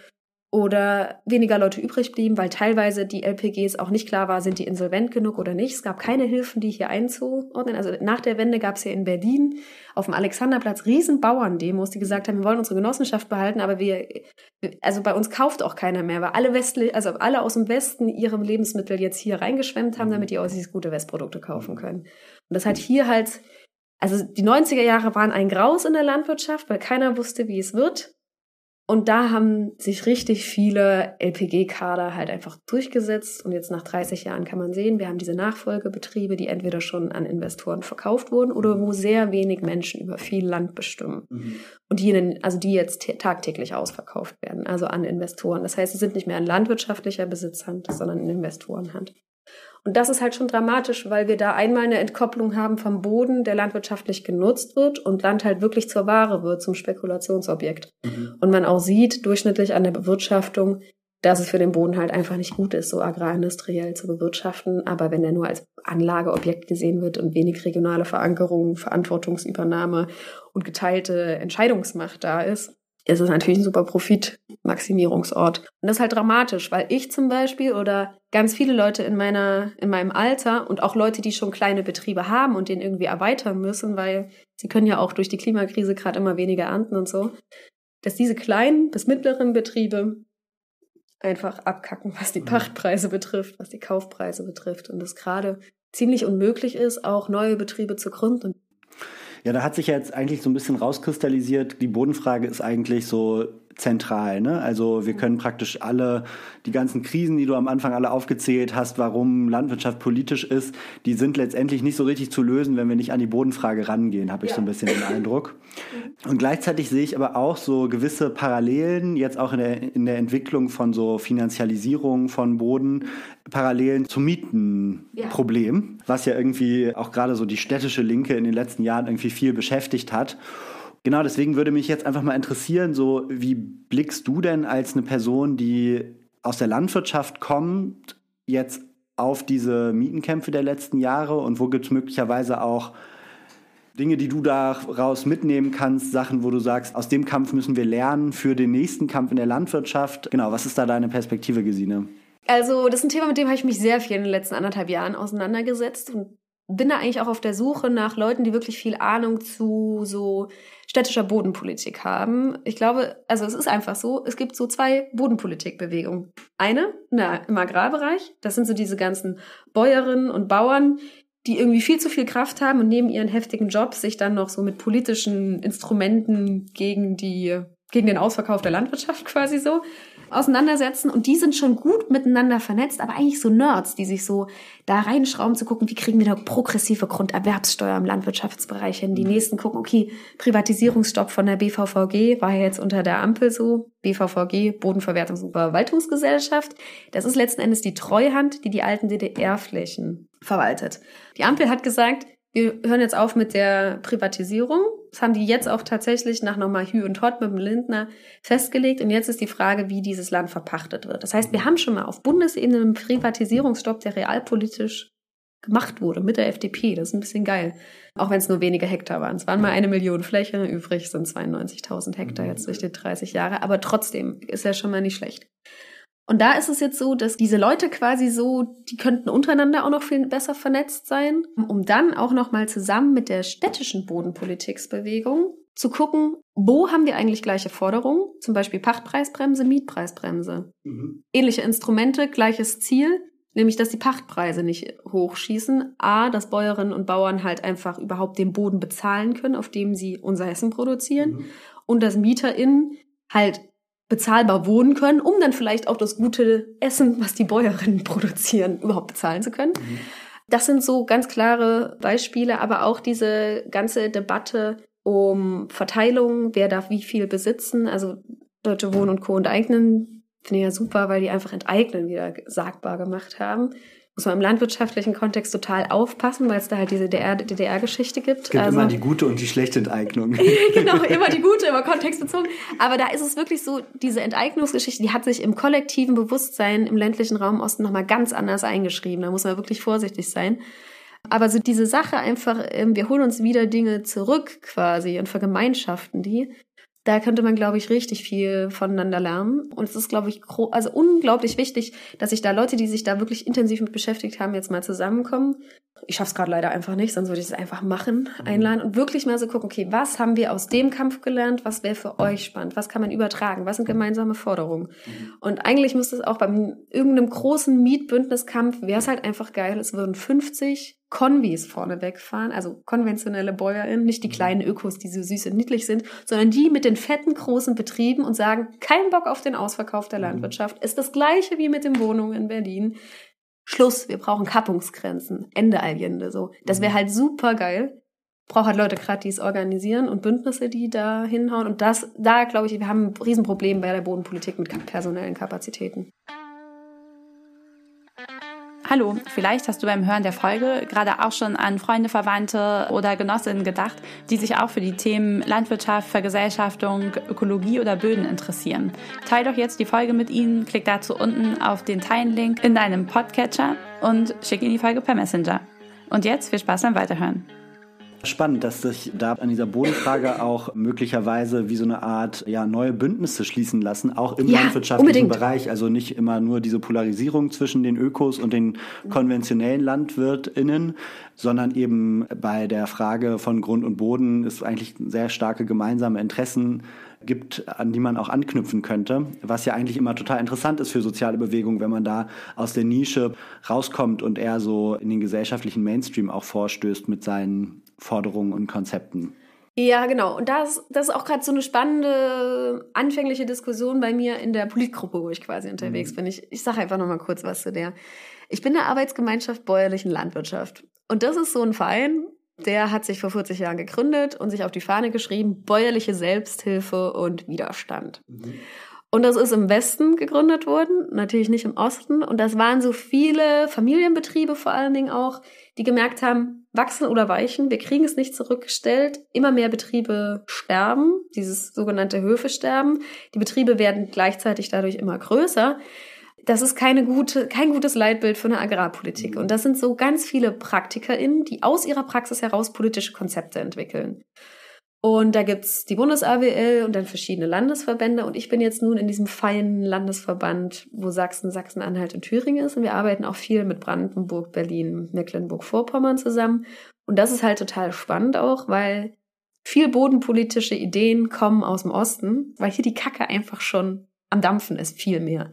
oder weniger Leute übrig blieben, weil teilweise die L P Gs auch nicht klar war, sind die insolvent genug oder nicht. Es gab keine Hilfen, die hier einzuordnen. Also nach der Wende gab es hier in Berlin auf dem Alexanderplatz riesen Bauerndemos, die gesagt haben, wir wollen unsere Genossenschaft behalten, aber wir, also bei uns kauft auch keiner mehr, weil alle westlich, also alle aus dem Westen ihre Lebensmittel jetzt hier reingeschwemmt haben, damit die Aussies gute Westprodukte kaufen können. Und das hat hier halt, also die neunziger Jahre waren ein Graus in der Landwirtschaft, weil keiner wusste, wie es wird. Und da haben sich richtig viele L P G-Kader halt einfach durchgesetzt. Und jetzt nach dreißig Jahren kann man sehen, wir haben diese Nachfolgebetriebe, die entweder schon an Investoren verkauft wurden oder wo sehr wenig Menschen über viel Land bestimmen. Mhm. Und die, in, also die jetzt t- tagtäglich ausverkauft werden, also an Investoren. Das heißt, sie sind nicht mehr in landwirtschaftlicher Besitzhand, sondern in Investorenhand. Und das ist halt schon dramatisch, weil wir da einmal eine Entkopplung haben vom Boden, der landwirtschaftlich genutzt wird und Land halt wirklich zur Ware wird, zum Spekulationsobjekt. Mhm. Und man auch sieht, durchschnittlich an der Bewirtschaftung, dass es für den Boden halt einfach nicht gut ist, so agrarindustriell zu bewirtschaften. Aber wenn er nur als Anlageobjekt gesehen wird und wenig regionale Verankerung, Verantwortungsübernahme und geteilte Entscheidungsmacht da ist, ist es natürlich ein super Profitmaximierungsort. Und das ist halt dramatisch, weil ich zum Beispiel oder ganz viele Leute in meiner, in meinem Alter und auch Leute, die schon kleine Betriebe haben und den irgendwie erweitern müssen, weil sie können ja auch durch die Klimakrise gerade immer weniger ernten und so, dass diese kleinen bis mittleren Betriebe einfach abkacken, was die Pachtpreise betrifft, was die Kaufpreise betrifft und es gerade ziemlich unmöglich ist, auch neue Betriebe zu gründen. Ja, da hat sich ja jetzt eigentlich so ein bisschen rauskristallisiert, die Bodenfrage ist eigentlich so zentral, ne? Also wir können praktisch alle, die ganzen Krisen, die du am Anfang alle aufgezählt hast, warum Landwirtschaft politisch ist, die sind letztendlich nicht so richtig zu lösen, wenn wir nicht an die Bodenfrage rangehen, habe ich ja so ein bisschen den Eindruck. Und gleichzeitig sehe ich aber auch so gewisse Parallelen, jetzt auch in der, in der Entwicklung von so Finanzialisierung von Boden, Parallelen zum Mietenproblem, ja, was ja irgendwie auch gerade so die städtische Linke in den letzten Jahren irgendwie viel beschäftigt hat. Genau, deswegen würde mich jetzt einfach mal interessieren, so wie blickst du denn als eine Person, die aus der Landwirtschaft kommt, jetzt auf diese Mietenkämpfe der letzten Jahre und wo gibt es möglicherweise auch Dinge, die du daraus mitnehmen kannst, Sachen, wo du sagst, aus dem Kampf müssen wir lernen für den nächsten Kampf in der Landwirtschaft. Genau, was ist da deine Perspektive, Gesine? Also das ist ein Thema, mit dem habe ich mich sehr viel in den letzten anderthalb Jahren auseinandergesetzt und bin da eigentlich auch auf der Suche nach Leuten, die wirklich viel Ahnung zu so städtischer Bodenpolitik haben. Ich glaube, also es ist einfach so, es gibt so zwei Bodenpolitikbewegungen. Eine na, im Agrarbereich, das sind so diese ganzen Bäuerinnen und Bauern, die irgendwie viel zu viel Kraft haben und neben ihren heftigen Jobs sich dann noch so mit politischen Instrumenten gegen die, gegen den Ausverkauf der Landwirtschaft quasi so auseinandersetzen. Und die sind schon gut miteinander vernetzt, aber eigentlich so Nerds, die sich so da reinschrauben zu gucken, wie kriegen wir eine progressive Grunderwerbssteuer im Landwirtschaftsbereich hin. Die nächsten gucken, okay, Privatisierungsstopp von der B V V G war ja jetzt unter der Ampel so. B V V G, Bodenverwertungs- und Verwaltungsgesellschaft. Das ist letzten Endes die Treuhand, die die alten D D R-Flächen verwaltet. Die Ampel hat gesagt, wir hören jetzt auf mit der Privatisierung. Das haben die jetzt auch tatsächlich nach nochmal Hü und Hott mit dem Lindner festgelegt. Und jetzt ist die Frage, wie dieses Land verpachtet wird. Das heißt, wir haben schon mal auf Bundesebene einen Privatisierungsstopp, der realpolitisch gemacht wurde mit der F D P. Das ist ein bisschen geil. Auch wenn es nur wenige Hektar waren. Es waren mal eine Million Fläche, übrig sind zweiundneunzigtausend Hektar jetzt durch die dreißig Jahre. Aber trotzdem ist ja schon mal nicht schlecht. Und da ist es jetzt so, dass diese Leute quasi so, die könnten untereinander auch noch viel besser vernetzt sein, um dann auch noch mal zusammen mit der städtischen Bodenpolitiksbewegung zu gucken, wo haben wir eigentlich gleiche Forderungen, zum Beispiel Pachtpreisbremse, Mietpreisbremse. Mhm. Ähnliche Instrumente, gleiches Ziel, nämlich dass die Pachtpreise nicht hochschießen. A, dass Bäuerinnen und Bauern halt einfach überhaupt den Boden bezahlen können, auf dem sie unser Essen produzieren. Mhm. Und dass MieterInnen halt bezahlbar wohnen können, um dann vielleicht auch das gute Essen, was die Bäuerinnen produzieren, überhaupt bezahlen zu können. Mhm. Das sind so ganz klare Beispiele, aber auch diese ganze Debatte um Verteilung, wer darf wie viel besitzen, also Deutsche Wohnen und Co. enteignen, finde ich ja super, weil die einfach enteignen wieder sagbar gemacht haben. Muss man im landwirtschaftlichen Kontext total aufpassen, weil es da halt diese D D R-Geschichte gibt. Es gibt also, immer die gute und die schlechte Enteignung. Genau, immer die gute, immer kontextbezogen. Aber da ist es wirklich so, diese Enteignungsgeschichte, die hat sich im kollektiven Bewusstsein im ländlichen Raum Osten nochmal ganz anders eingeschrieben. Da muss man wirklich vorsichtig sein. Aber so diese Sache einfach, wir holen uns wieder Dinge zurück quasi und vergemeinschaften die. Da könnte man, glaube ich, richtig viel voneinander lernen. Und es ist, glaube ich, gro- also unglaublich wichtig, dass sich da Leute, die sich da wirklich intensiv mit beschäftigt haben, jetzt mal zusammenkommen. Ich schaffe es gerade leider einfach nicht, sonst würde ich es einfach machen, einladen und wirklich mal so gucken, okay, was haben wir aus dem Kampf gelernt? Was wäre für euch spannend? Was kann man übertragen? Was sind gemeinsame Forderungen? Mhm. Und eigentlich müsste es auch beim irgendeinem großen Mietbündniskampf, wäre es halt einfach geil, es würden fünfzig Konvis vorne wegfahren, also konventionelle BäuerInnen, nicht die kleinen Ökos, die so süß und niedlich sind, sondern die mit den fetten, großen Betrieben und sagen, kein Bock auf den Ausverkauf der Landwirtschaft, ist das Gleiche wie mit den Wohnungen in Berlin. Schluss, wir brauchen Kappungsgrenzen, Ende Allende, so. Das wäre halt super geil. Braucht halt Leute gerade, die es organisieren und Bündnisse, die da hinhauen. Und das, da glaube ich, wir haben ein Riesenproblem bei der Bodenpolitik mit personellen Kapazitäten. Hallo, vielleicht hast du beim Hören der Folge gerade auch schon an Freunde, Verwandte oder Genossinnen gedacht, die sich auch für die Themen Landwirtschaft, Vergesellschaftung, Ökologie oder Böden interessieren. Teil doch jetzt die Folge mit ihnen, klick dazu unten auf den Teilen-Link in deinem Podcatcher und schick ihnen die Folge per Messenger. Und jetzt viel Spaß beim Weiterhören. Spannend, dass sich da an dieser Bodenfrage auch möglicherweise wie so eine Art ja, neue Bündnisse schließen lassen, auch im ja, landwirtschaftlichen unbedingt. Bereich. Also nicht immer nur diese Polarisierung zwischen den Ökos und den konventionellen LandwirtInnen, sondern eben bei der Frage von Grund und Boden ist eigentlich sehr starke gemeinsame Interessen gibt, an die man auch anknüpfen könnte, was ja eigentlich immer total interessant ist für soziale Bewegungen, wenn man da aus der Nische rauskommt und eher so in den gesellschaftlichen Mainstream auch vorstößt mit seinen Forderungen und Konzepten. Ja, genau. Und das, das ist auch gerade so eine spannende anfängliche Diskussion bei mir in der Politgruppe, wo ich quasi unterwegs mhm. bin. Ich, ich sage einfach noch mal kurz was zu der. Ich bin der Arbeitsgemeinschaft bäuerlichen Landwirtschaft. Und das ist so ein Verein, der hat sich vor vierzig Jahren gegründet und sich auf die Fahne geschrieben, bäuerliche Selbsthilfe und Widerstand. Mhm. Und das ist im Westen gegründet worden, natürlich nicht im Osten. Und das waren so viele Familienbetriebe vor allen Dingen auch, die gemerkt haben, wachsen oder weichen, wir kriegen es nicht zurückgestellt. Immer mehr Betriebe sterben, dieses sogenannte Höfesterben. Die Betriebe werden gleichzeitig dadurch immer größer. Das ist keine gute, kein gutes Leitbild für eine Agrarpolitik. Und das sind so ganz viele PraktikerInnen, die aus ihrer Praxis heraus politische Konzepte entwickeln. Und da gibt's die Bundes-A W L und dann verschiedene Landesverbände. Und ich bin jetzt nun in diesem feinen Landesverband, wo Sachsen, Sachsen-Anhalt und Thüringen ist. Und wir arbeiten auch viel mit Brandenburg, Berlin, Mecklenburg-Vorpommern zusammen. Und das ist halt total spannend auch, weil viel bodenpolitische Ideen kommen aus dem Osten, weil hier die Kacke einfach schon am Dampfen ist, viel mehr.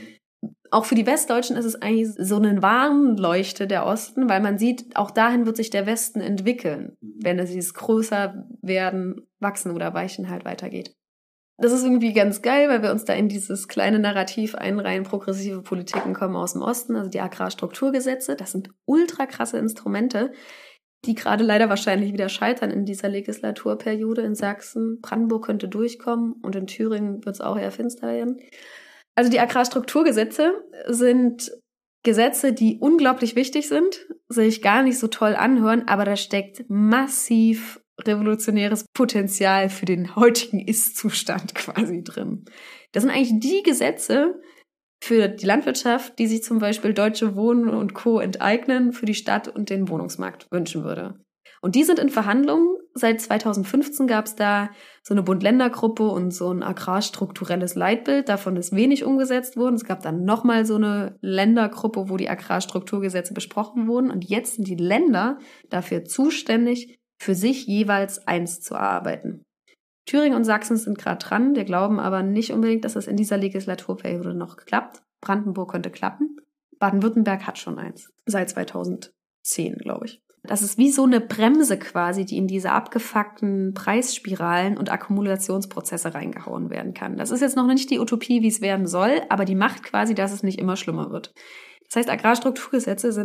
Auch für die Westdeutschen ist es eigentlich so eine Warnleuchte der Osten, weil man sieht, auch dahin wird sich der Westen entwickeln, wenn es dieses größer werden, wachsen oder weichen halt weitergeht. Das ist irgendwie ganz geil, weil wir uns da in dieses kleine Narrativ einreihen, progressive Politiken kommen aus dem Osten, also die Agrarstrukturgesetze, das sind ultra krasse Instrumente, die gerade leider wahrscheinlich wieder scheitern in dieser Legislaturperiode in Sachsen. Brandenburg könnte durchkommen und in Thüringen wird es auch eher finster werden. Also die Agrarstrukturgesetze sind Gesetze, die unglaublich wichtig sind, sich gar nicht so toll anhören, aber da steckt massiv revolutionäres Potenzial für den heutigen Ist-Zustand quasi drin. Das sind eigentlich die Gesetze für die Landwirtschaft, die sich zum Beispiel Deutsche Wohnen und Co. enteignen, für die Stadt und den Wohnungsmarkt wünschen würde. Und die sind in Verhandlungen. Seit zweitausendfünfzehn gab es da so eine Bund-Länder-Gruppe und so ein agrarstrukturelles Leitbild. Davon ist wenig umgesetzt worden. Es gab dann nochmal so eine Ländergruppe, wo die Agrarstrukturgesetze besprochen wurden. Und jetzt sind die Länder dafür zuständig, für sich jeweils eins zu erarbeiten. Thüringen und Sachsen sind gerade dran. Wir glauben aber nicht unbedingt, dass das in dieser Legislaturperiode noch klappt. Brandenburg könnte klappen. Baden-Württemberg hat schon eins. Seit zweitausendzehn, glaube ich. Das ist wie so eine Bremse quasi, die in diese abgefuckten Preisspiralen und Akkumulationsprozesse reingehauen werden kann. Das ist jetzt noch nicht die Utopie, wie es werden soll, aber die macht quasi, dass es nicht immer schlimmer wird. Das heißt, Agrarstrukturgesetze sind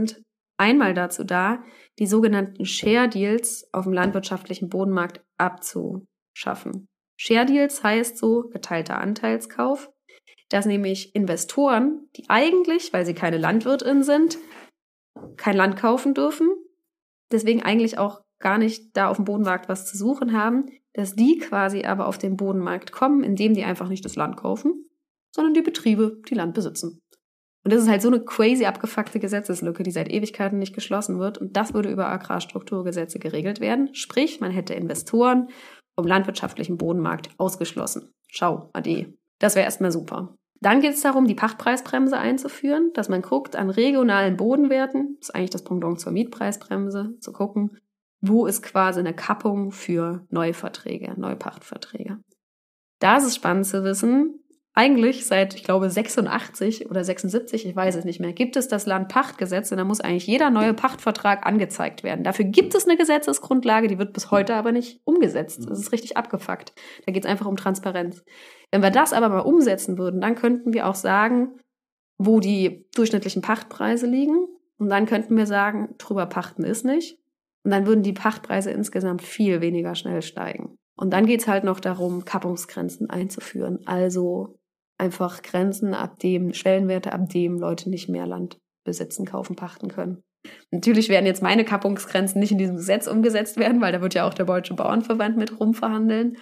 einmal dazu da, die sogenannten Share Deals auf dem landwirtschaftlichen Bodenmarkt abzuschaffen. Share Deals heißt so geteilter Anteilskauf, dass nämlich Investoren, die eigentlich, weil sie keine Landwirtin sind, kein Land kaufen dürfen, deswegen eigentlich auch gar nicht da auf dem Bodenmarkt was zu suchen haben, dass die quasi aber auf den Bodenmarkt kommen, indem die einfach nicht das Land kaufen, sondern die Betriebe, die Land besitzen. Und das ist halt so eine crazy abgefuckte Gesetzeslücke, die seit Ewigkeiten nicht geschlossen wird. Und das würde über Agrarstrukturgesetze geregelt werden. Sprich, man hätte Investoren vom landwirtschaftlichen Bodenmarkt ausgeschlossen. Schau, ade. Das wäre erstmal super. Dann geht es darum, die Pachtpreisbremse einzuführen, dass man guckt an regionalen Bodenwerten, das ist eigentlich das Pendant zur Mietpreisbremse, zu gucken, wo ist quasi eine Kappung für Neuverträge, Neupachtverträge. Da ist es spannend zu wissen, eigentlich seit, ich glaube, sechsundachtzig oder sechsundsiebzig, ich weiß es nicht mehr, gibt es das Landpachtgesetz und da muss eigentlich jeder neue Pachtvertrag angezeigt werden. Dafür gibt es eine Gesetzesgrundlage, die wird bis heute aber nicht umgesetzt. Das ist richtig abgefuckt. Da geht es einfach um Transparenz. Wenn wir das aber mal umsetzen würden, dann könnten wir auch sagen, wo die durchschnittlichen Pachtpreise liegen. Und dann könnten wir sagen, drüber pachten ist nicht. Und dann würden die Pachtpreise insgesamt viel weniger schnell steigen. Und dann geht es halt noch darum, Kappungsgrenzen einzuführen. Also einfach Grenzen, ab dem, Schwellenwerte, ab dem Leute nicht mehr Land besitzen, kaufen, pachten können. Natürlich werden jetzt meine Kappungsgrenzen nicht in diesem Gesetz umgesetzt werden, weil da wird ja auch der Deutsche Bauernverband mit rumverhandeln.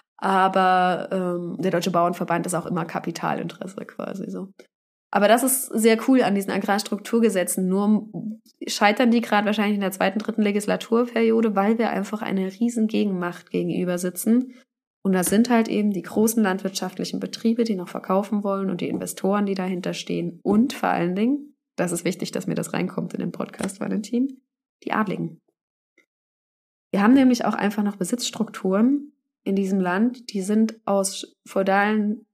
Aber ähm, der Deutsche Bauernverband ist auch immer Kapitalinteresse quasi so. Aber das ist sehr cool an diesen Agrarstrukturgesetzen. Nur scheitern die gerade wahrscheinlich in der zweiten, dritten Legislaturperiode, weil wir einfach eine riesen Gegenmacht gegenüber sitzen. Und das sind halt eben die großen landwirtschaftlichen Betriebe, die noch verkaufen wollen und die Investoren, die dahinter stehen. Und vor allen Dingen, das ist wichtig, dass mir das reinkommt in den Podcast, Valentin, die Adligen. Wir haben nämlich auch einfach noch Besitzstrukturen in diesem Land, die sind aus feudalen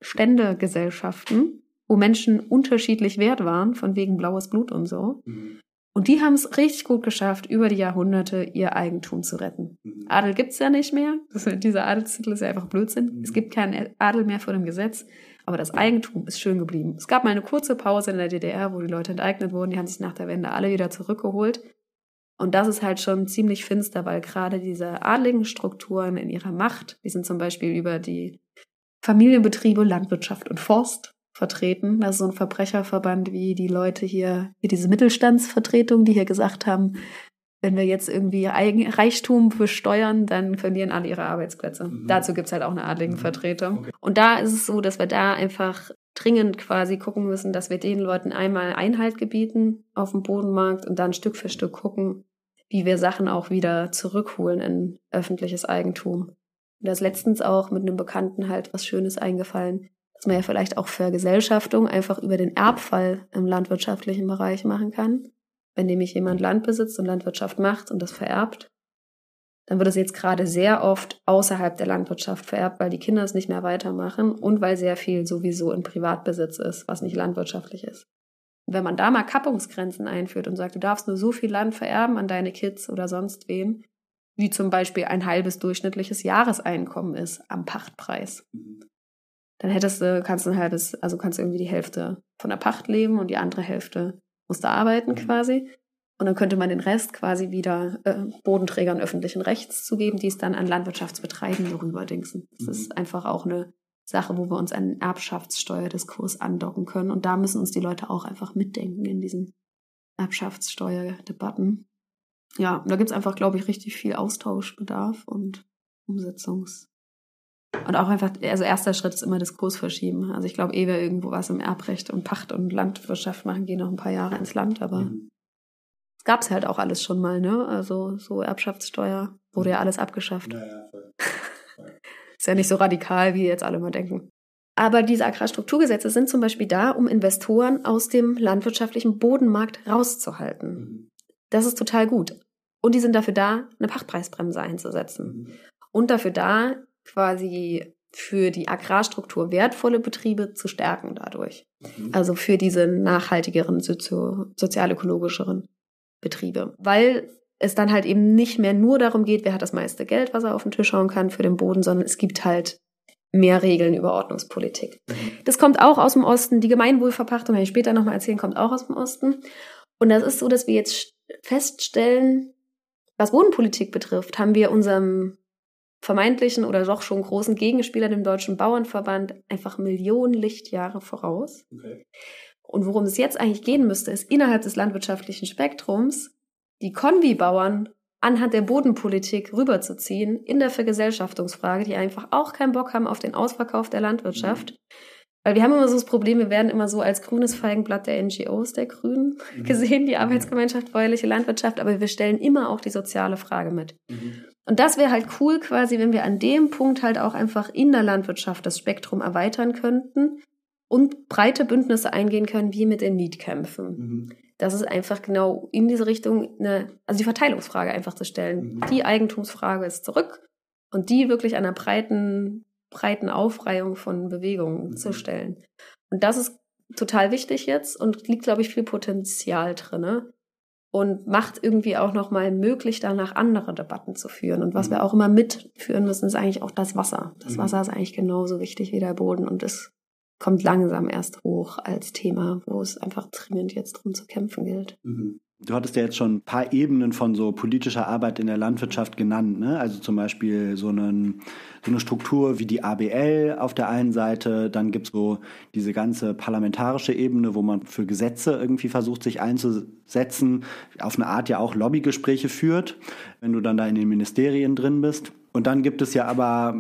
Ständegesellschaften, wo Menschen unterschiedlich wert waren, von wegen blaues Blut und so. Mhm. Und die haben es richtig gut geschafft, über die Jahrhunderte ihr Eigentum zu retten. Mhm. Adel gibt's ja nicht mehr. Das, dieser Adelstitel ist ja einfach Blödsinn. Mhm. Es gibt keinen Adel mehr vor dem Gesetz. Aber das Eigentum ist schön geblieben. Es gab mal eine kurze Pause in der D D R, wo die Leute enteignet wurden. Die haben sich nach der Wende alle wieder zurückgeholt. Und das ist halt schon ziemlich finster, weil gerade diese adligen Strukturen in ihrer Macht, die sind zum Beispiel über die Familienbetriebe, Landwirtschaft und Forst vertreten. Das ist so ein Verbrecherverband wie die Leute hier, wie diese Mittelstandsvertretung, die hier gesagt haben, wenn wir jetzt irgendwie Reichtum besteuern, dann verlieren alle ihre Arbeitsplätze. Mhm. Dazu gibt's halt auch eine adligen Vertretung. Okay. Und da ist es so, dass wir da einfach dringend quasi gucken müssen, dass wir den Leuten einmal Einhalt gebieten auf dem Bodenmarkt und dann Stück für Stück gucken, wie wir Sachen auch wieder zurückholen in öffentliches Eigentum. Und da ist letztens auch mit einem Bekannten halt was Schönes eingefallen, dass man ja vielleicht auch Vergesellschaftung einfach über den Erbfall im landwirtschaftlichen Bereich machen kann. Wenn nämlich jemand Land besitzt und Landwirtschaft macht und das vererbt, dann wird es jetzt gerade sehr oft außerhalb der Landwirtschaft vererbt, weil die Kinder es nicht mehr weitermachen und weil sehr viel sowieso in Privatbesitz ist, was nicht landwirtschaftlich ist. Und wenn man da mal Kappungsgrenzen einführt und sagt, du darfst nur so viel Land vererben an deine Kids oder sonst wen, wie zum Beispiel ein halbes durchschnittliches Jahreseinkommen ist am Pachtpreis, dann hättest du, kannst du ein halbes, also kannst du irgendwie die Hälfte von der Pacht leben und die andere Hälfte musst du arbeiten quasi. Und dann könnte man den Rest quasi wieder äh, Bodenträgern öffentlichen Rechts zugeben, die es dann an Landwirtschaftsbetreibende rüberdingsen. Das mhm. ist einfach auch eine Sache, wo wir uns an den Erbschaftssteuerdiskurs andocken können. Und da müssen uns die Leute auch einfach mitdenken in diesen Erbschaftssteuerdebatten. Ja, und da gibt's einfach, glaube ich, richtig viel Austauschbedarf und Umsetzungs- Und auch einfach, also erster Schritt ist immer Diskurs verschieben. Also ich glaube, ehe wir irgendwo was im Erbrecht und Pacht und Landwirtschaft machen, gehen noch ein paar Jahre ins Land, aber mhm. es gab's halt auch alles schon mal, ne? Also so Erbschaftssteuer wurde ja alles abgeschafft. Ja, ja, voll. Voll. Ist ja nicht so radikal, wie jetzt alle mal denken. Aber diese Agrarstrukturgesetze sind zum Beispiel da, um Investoren aus dem landwirtschaftlichen Bodenmarkt rauszuhalten. Mhm. Das ist total gut. Und die sind dafür da, eine Pachtpreisbremse einzusetzen. Mhm. Und dafür da, quasi für die Agrarstruktur wertvolle Betriebe zu stärken dadurch. Mhm. Also für diese nachhaltigeren, sozio- sozialökologischeren Betriebe. Weil es dann halt eben nicht mehr nur darum geht, wer hat das meiste Geld, was er auf den Tisch hauen kann für den Boden, sondern es gibt halt mehr Regeln über Ordnungspolitik. Mhm. Das kommt auch aus dem Osten. Die Gemeinwohlverpachtung, wenn ich später nochmal erzählen, kommt auch aus dem Osten. Und das ist so, dass wir jetzt feststellen, was Bodenpolitik betrifft, haben wir unserem vermeintlichen oder doch schon großen Gegenspieler, dem Deutschen Bauernverband, einfach Millionen Lichtjahre voraus. Okay. Und worum es jetzt eigentlich gehen müsste, ist innerhalb des landwirtschaftlichen Spektrums die Konvi-Bauern anhand der Bodenpolitik rüberzuziehen in der Vergesellschaftungsfrage, die einfach auch keinen Bock haben auf den Ausverkauf der Landwirtschaft. Mhm. Weil wir haben immer so das Problem, wir werden immer so als grünes Feigenblatt der N G Os der Grünen mhm. gesehen, die Arbeitsgemeinschaft bäuerliche Landwirtschaft, aber wir stellen immer auch die soziale Frage mit. Mhm. Und das wäre halt cool quasi, wenn wir an dem Punkt halt auch einfach in der Landwirtschaft das Spektrum erweitern könnten und breite Bündnisse eingehen können, wie mit den Mietkämpfen. Mhm. Das ist einfach genau in diese Richtung, eine, also die Verteilungsfrage einfach zu stellen. Mhm. Die Eigentumsfrage ist zurück und die wirklich einer breiten breiten Aufreihung von Bewegungen mhm. zu stellen. Und das ist total wichtig jetzt und liegt, glaube ich, viel Potenzial drin und macht irgendwie auch nochmal möglich, danach andere Debatten zu führen. Und was mhm. wir auch immer mitführen müssen, ist eigentlich auch das Wasser. Das mhm. Wasser ist eigentlich genauso wichtig wie der Boden und es kommt langsam erst hoch als Thema, wo es einfach dringend jetzt drum zu kämpfen gilt. Mhm. Du hattest ja jetzt schon ein paar Ebenen von so politischer Arbeit in der Landwirtschaft genannt, ne? Also zum Beispiel so, einen, so eine Struktur wie die A B L auf der einen Seite, dann gibt's so diese ganze parlamentarische Ebene, wo man für Gesetze irgendwie versucht, sich einzusetzen, auf eine Art ja auch Lobbygespräche führt, wenn du dann da in den Ministerien drin bist. Und dann gibt es ja aber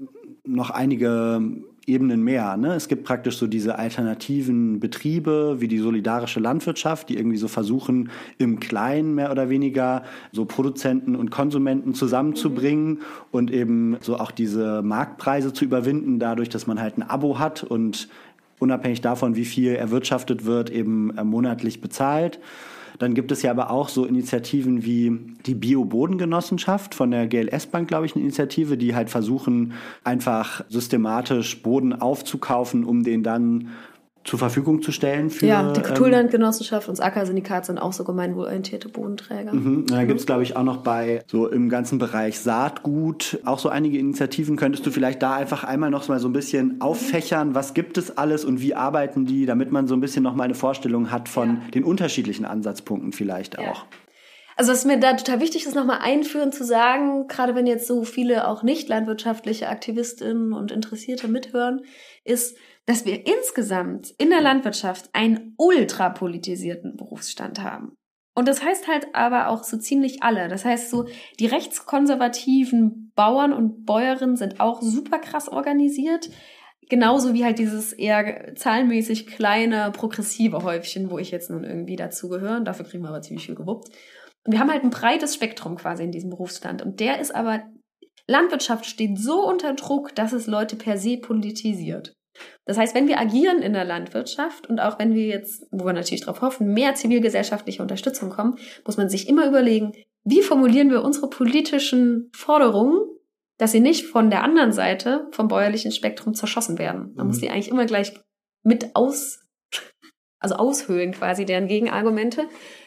noch einige Ebenen mehr. Ne? Es gibt praktisch so diese alternativen Betriebe wie die solidarische Landwirtschaft, die irgendwie so versuchen, im Kleinen mehr oder weniger so Produzenten und Konsumenten zusammenzubringen mhm. und eben so auch diese Marktpreise zu überwinden, dadurch, dass man halt ein Abo hat und unabhängig davon, wie viel erwirtschaftet wird, eben äh, monatlich bezahlt. Dann gibt es ja aber auch so Initiativen wie die Bio-Bodengenossenschaft von der G L S-Bank, glaube ich, eine Initiative, die halt versuchen, einfach systematisch Boden aufzukaufen, um den dann zur Verfügung zu stellen. Für, ja, die Kulturlandgenossenschaft und das Ackersyndikat sind auch so gemeinwohlorientierte Bodenträger. Mhm. Da gibt es, glaube ich, auch noch bei so im ganzen Bereich Saatgut auch so einige Initiativen. Könntest du vielleicht da einfach einmal noch mal so ein bisschen auffächern, was gibt es alles und wie arbeiten die, damit man so ein bisschen noch mal eine Vorstellung hat von ja. den unterschiedlichen Ansatzpunkten vielleicht auch. Ja. Also was mir da total wichtig ist, nochmal einführend zu sagen, gerade wenn jetzt so viele auch nicht landwirtschaftliche Aktivistinnen und Interessierte mithören, ist, dass wir insgesamt in der Landwirtschaft einen ultra politisierten Berufsstand haben. Und das heißt halt aber auch so ziemlich alle. Das heißt so, die rechtskonservativen Bauern und Bäuerinnen sind auch super krass organisiert. Genauso wie halt dieses eher zahlenmäßig kleine, progressive Häufchen, wo ich jetzt nun irgendwie dazugehöre. Und dafür kriegen wir aber ziemlich viel gewuppt. Und wir haben halt ein breites Spektrum quasi in diesem Berufsstand. Und der ist aber, Landwirtschaft steht so unter Druck, dass es Leute per se politisiert. Das heißt, wenn wir agieren in der Landwirtschaft und auch wenn wir jetzt, wo wir natürlich darauf hoffen, mehr zivilgesellschaftliche Unterstützung kommen, muss man sich immer überlegen, wie formulieren wir unsere politischen Forderungen, dass sie nicht von der anderen Seite vom bäuerlichen Spektrum zerschossen werden. Man mhm. muss die eigentlich immer gleich mit aus, also aushöhlen quasi, deren Gegenargumente,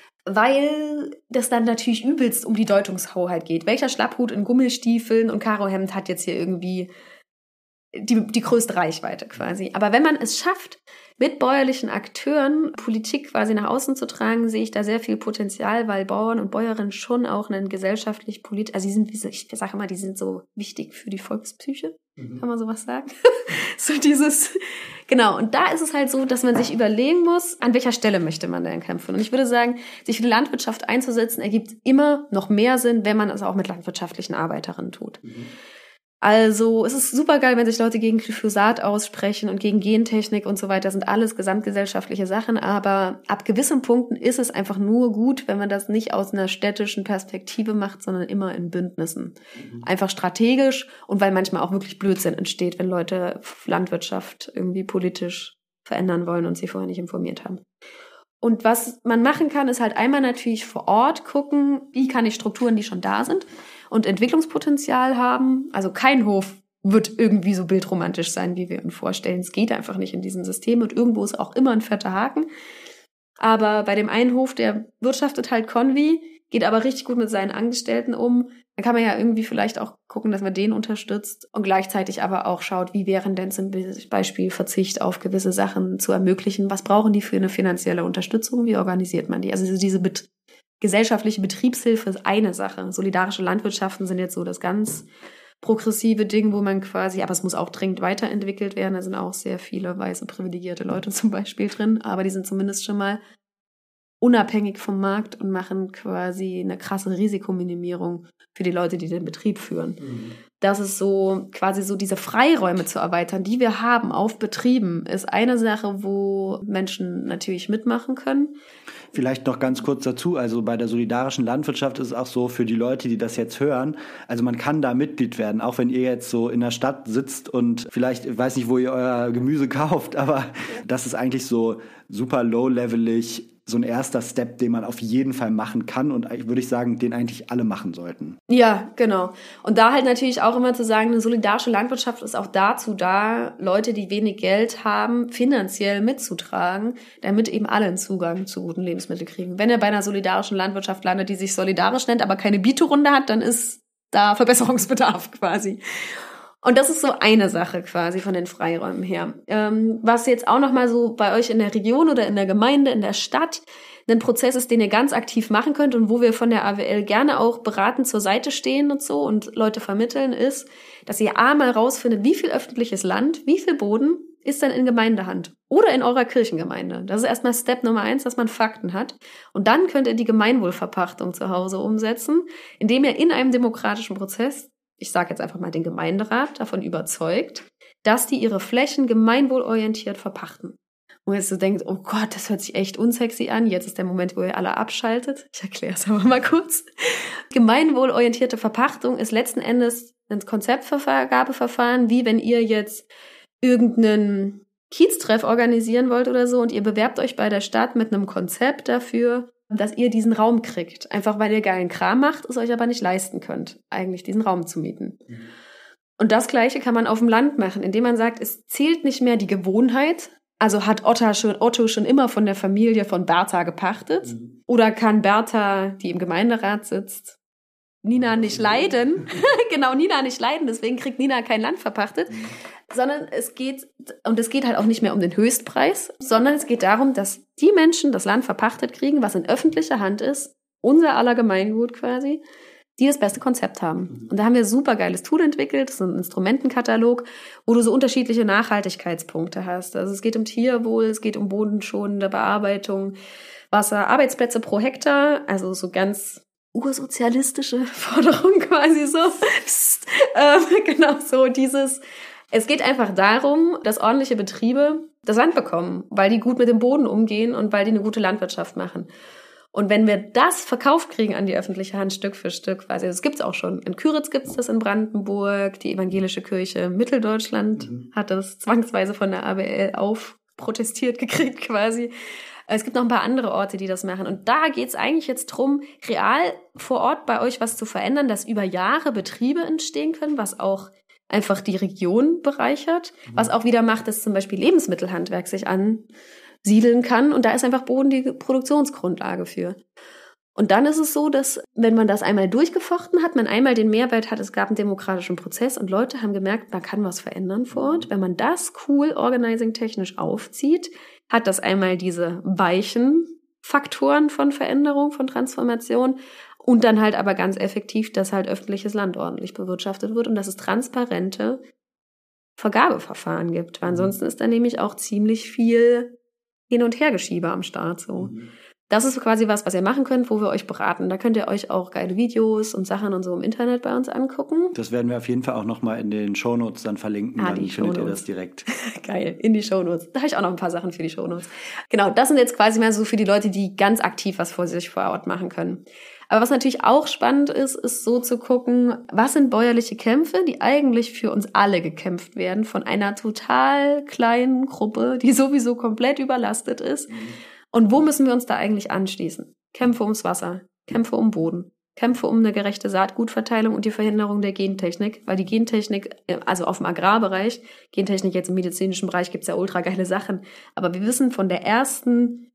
weil das dann natürlich übelst um die Deutungshoheit geht. Welcher Schlapphut in Gummistiefeln und Karohemd hat jetzt hier irgendwie die, die größte Reichweite quasi. Aber wenn man es schafft, mit bäuerlichen Akteuren Politik quasi nach außen zu tragen, sehe ich da sehr viel Potenzial, weil Bauern und Bäuerinnen schon auch einen gesellschaftlich politisch, also die sind, wie so, ich sage immer, die sind so wichtig für die Volkspsyche, mhm. kann man sowas sagen? So dieses, genau. Und da ist es halt so, dass man sich überlegen muss, an welcher Stelle möchte man denn kämpfen. Und ich würde sagen, sich für die Landwirtschaft einzusetzen, ergibt immer noch mehr Sinn, wenn man es auch mit landwirtschaftlichen Arbeiterinnen tut. Mhm. Also es ist super geil, wenn sich Leute gegen Glyphosat aussprechen und gegen Gentechnik und so weiter. Das sind alles gesamtgesellschaftliche Sachen, aber ab gewissen Punkten ist es einfach nur gut, wenn man das nicht aus einer städtischen Perspektive macht, sondern immer in Bündnissen. Mhm. Einfach strategisch und weil manchmal auch wirklich Blödsinn entsteht, wenn Leute Landwirtschaft irgendwie politisch verändern wollen und sie vorher nicht informiert haben. Und was man machen kann, ist halt einmal natürlich vor Ort gucken, wie kann ich Strukturen, die schon da sind und Entwicklungspotenzial haben. Also kein Hof wird irgendwie so bildromantisch sein, wie wir uns vorstellen. Es geht einfach nicht in diesem System und irgendwo ist auch immer ein fetter Haken. Aber bei dem einen Hof, der wirtschaftet halt Konvi, geht aber richtig gut mit seinen Angestellten um. Da kann man ja irgendwie vielleicht auch gucken, dass man den unterstützt und gleichzeitig aber auch schaut, wie wären denn zum Beispiel Verzicht auf gewisse Sachen zu ermöglichen. Was brauchen die für eine finanzielle Unterstützung? Wie organisiert man die? Also diese Bet- gesellschaftliche Betriebshilfe ist eine Sache. Solidarische Landwirtschaften sind jetzt so das ganz progressive Ding, wo man quasi, aber es muss auch dringend weiterentwickelt werden. Da sind auch sehr viele weiße privilegierte Leute zum Beispiel drin, aber die sind zumindest schon mal unabhängig vom Markt und machen quasi eine krasse Risikominimierung für die Leute, die den Betrieb führen. Mhm. Das ist so, quasi so diese Freiräume zu erweitern, die wir haben auf Betrieben, ist eine Sache, wo Menschen natürlich mitmachen können. Vielleicht noch ganz kurz dazu, also bei der solidarischen Landwirtschaft ist es auch so, für die Leute, die das jetzt hören, also man kann da Mitglied werden, auch wenn ihr jetzt so in der Stadt sitzt und vielleicht, ich weiß nicht, wo ihr euer Gemüse kauft, aber das ist eigentlich so super low-levelig, so ein erster Step, den man auf jeden Fall machen kann und würde ich sagen, den eigentlich alle machen sollten. Ja, genau. Und da halt natürlich auch immer zu sagen, eine solidarische Landwirtschaft ist auch dazu da, Leute, die wenig Geld haben, finanziell mitzutragen, damit eben alle einen Zugang zu guten Lebensmitteln kriegen. Wenn ihr bei einer solidarischen Landwirtschaft landet, die sich solidarisch nennt, aber keine Bieterunde hat, dann ist da Verbesserungsbedarf quasi. Und das ist so eine Sache quasi von den Freiräumen her. Ähm, was jetzt auch nochmal so bei euch in der Region oder in der Gemeinde, in der Stadt ein Prozess ist, den ihr ganz aktiv machen könnt und wo wir von der A W L gerne auch beratend zur Seite stehen und so und Leute vermitteln, ist, dass ihr A mal rausfindet, wie viel öffentliches Land, wie viel Boden ist denn in Gemeindehand oder in eurer Kirchengemeinde. Das ist erstmal Step Nummer eins, dass man Fakten hat. Und dann könnt ihr die Gemeinwohlverpachtung zu Hause umsetzen, indem ihr in einem demokratischen Prozess, ich sage jetzt einfach mal den Gemeinderat, davon überzeugt, dass die ihre Flächen gemeinwohlorientiert verpachten. Und jetzt so denkt, oh Gott, das hört sich echt unsexy an. Jetzt ist der Moment, wo ihr alle abschaltet. Ich erkläre es aber mal kurz. Gemeinwohlorientierte Verpachtung ist letzten Endes ein Konzeptvergabeverfahren, wie wenn ihr jetzt irgendeinen Kieztreff organisieren wollt oder so und ihr bewerbt euch bei der Stadt mit einem Konzept dafür, dass ihr diesen Raum kriegt. Einfach weil ihr geilen Kram macht, es euch aber nicht leisten könnt, eigentlich diesen Raum zu mieten. Mhm. Und das Gleiche kann man auf dem Land machen, indem man sagt, es zählt nicht mehr die Gewohnheit. Also hat Otto schon, Otto schon immer von der Familie von Bertha gepachtet? Mhm. Oder kann Bertha, die im Gemeinderat sitzt, Nina nicht leiden? Genau, Nina nicht leiden, deswegen kriegt Nina kein Land verpachtet. Mhm. Sondern es geht, und es geht halt auch nicht mehr um den Höchstpreis, sondern es geht darum, dass die Menschen das Land verpachtet kriegen, was in öffentlicher Hand ist, unser aller Gemeingut quasi, die das beste Konzept haben. Und da haben wir ein super geiles Tool entwickelt, das ist ein Instrumentenkatalog, wo du so unterschiedliche Nachhaltigkeitspunkte hast. Also es geht um Tierwohl, es geht um bodenschonende Bearbeitung, Wasser, Arbeitsplätze pro Hektar, also so ganz ursozialistische Forderung quasi so. Psst, ähm, genau so dieses... Es geht einfach darum, dass ordentliche Betriebe das Land bekommen, weil die gut mit dem Boden umgehen und weil die eine gute Landwirtschaft machen. Und wenn wir das verkauft kriegen an die öffentliche Hand Stück für Stück, quasi, das gibt's auch schon. In Küritz gibt's das in Brandenburg, die evangelische Kirche Mitteldeutschland mhm. hat das zwangsweise von der A W L aufprotestiert gekriegt quasi. Es gibt noch ein paar andere Orte, die das machen. Und da geht's eigentlich jetzt drum, real vor Ort bei euch was zu verändern, dass über Jahre Betriebe entstehen können, was auch einfach die Region bereichert. Mhm. Was auch wieder macht, dass zum Beispiel Lebensmittelhandwerk sich ansiedeln kann. Und da ist einfach Boden die Produktionsgrundlage für. Und dann ist es so, dass, wenn man das einmal durchgefochten hat, man einmal den Mehrwert hat, es gab einen demokratischen Prozess und Leute haben gemerkt, man kann was verändern vor Ort. Wenn man das cool organizing-technisch aufzieht, hat das einmal diese weichen Faktoren von Veränderung, von Transformation. Und dann halt aber ganz effektiv, dass halt öffentliches Land ordentlich bewirtschaftet wird und dass es transparente Vergabeverfahren gibt. Weil ansonsten ist da nämlich auch ziemlich viel Hin- und Hergeschiebe am Start so. Mhm. Das ist quasi was, was ihr machen könnt, wo wir euch beraten. Da könnt ihr euch auch geile Videos und Sachen und so im Internet bei uns angucken. Das werden wir auf jeden Fall auch nochmal in den Shownotes dann verlinken. Ah, dann findet ihr das direkt. Geil, in die Shownotes. Da habe ich auch noch ein paar Sachen für die Shownotes. Genau, das sind jetzt quasi mal so für die Leute, die ganz aktiv was vor sich vor Ort machen können. Aber was natürlich auch spannend ist, ist so zu gucken, was sind bäuerliche Kämpfe, die eigentlich für uns alle gekämpft werden, von einer total kleinen Gruppe, die sowieso komplett überlastet ist. Mhm. Und wo müssen wir uns da eigentlich anschließen? Kämpfe ums Wasser, Kämpfe um Boden, Kämpfe um eine gerechte Saatgutverteilung und die Verhinderung der Gentechnik. Weil die Gentechnik, also auf dem Agrarbereich, Gentechnik jetzt im medizinischen Bereich gibt's ja ultra geile Sachen. Aber wir wissen von der ersten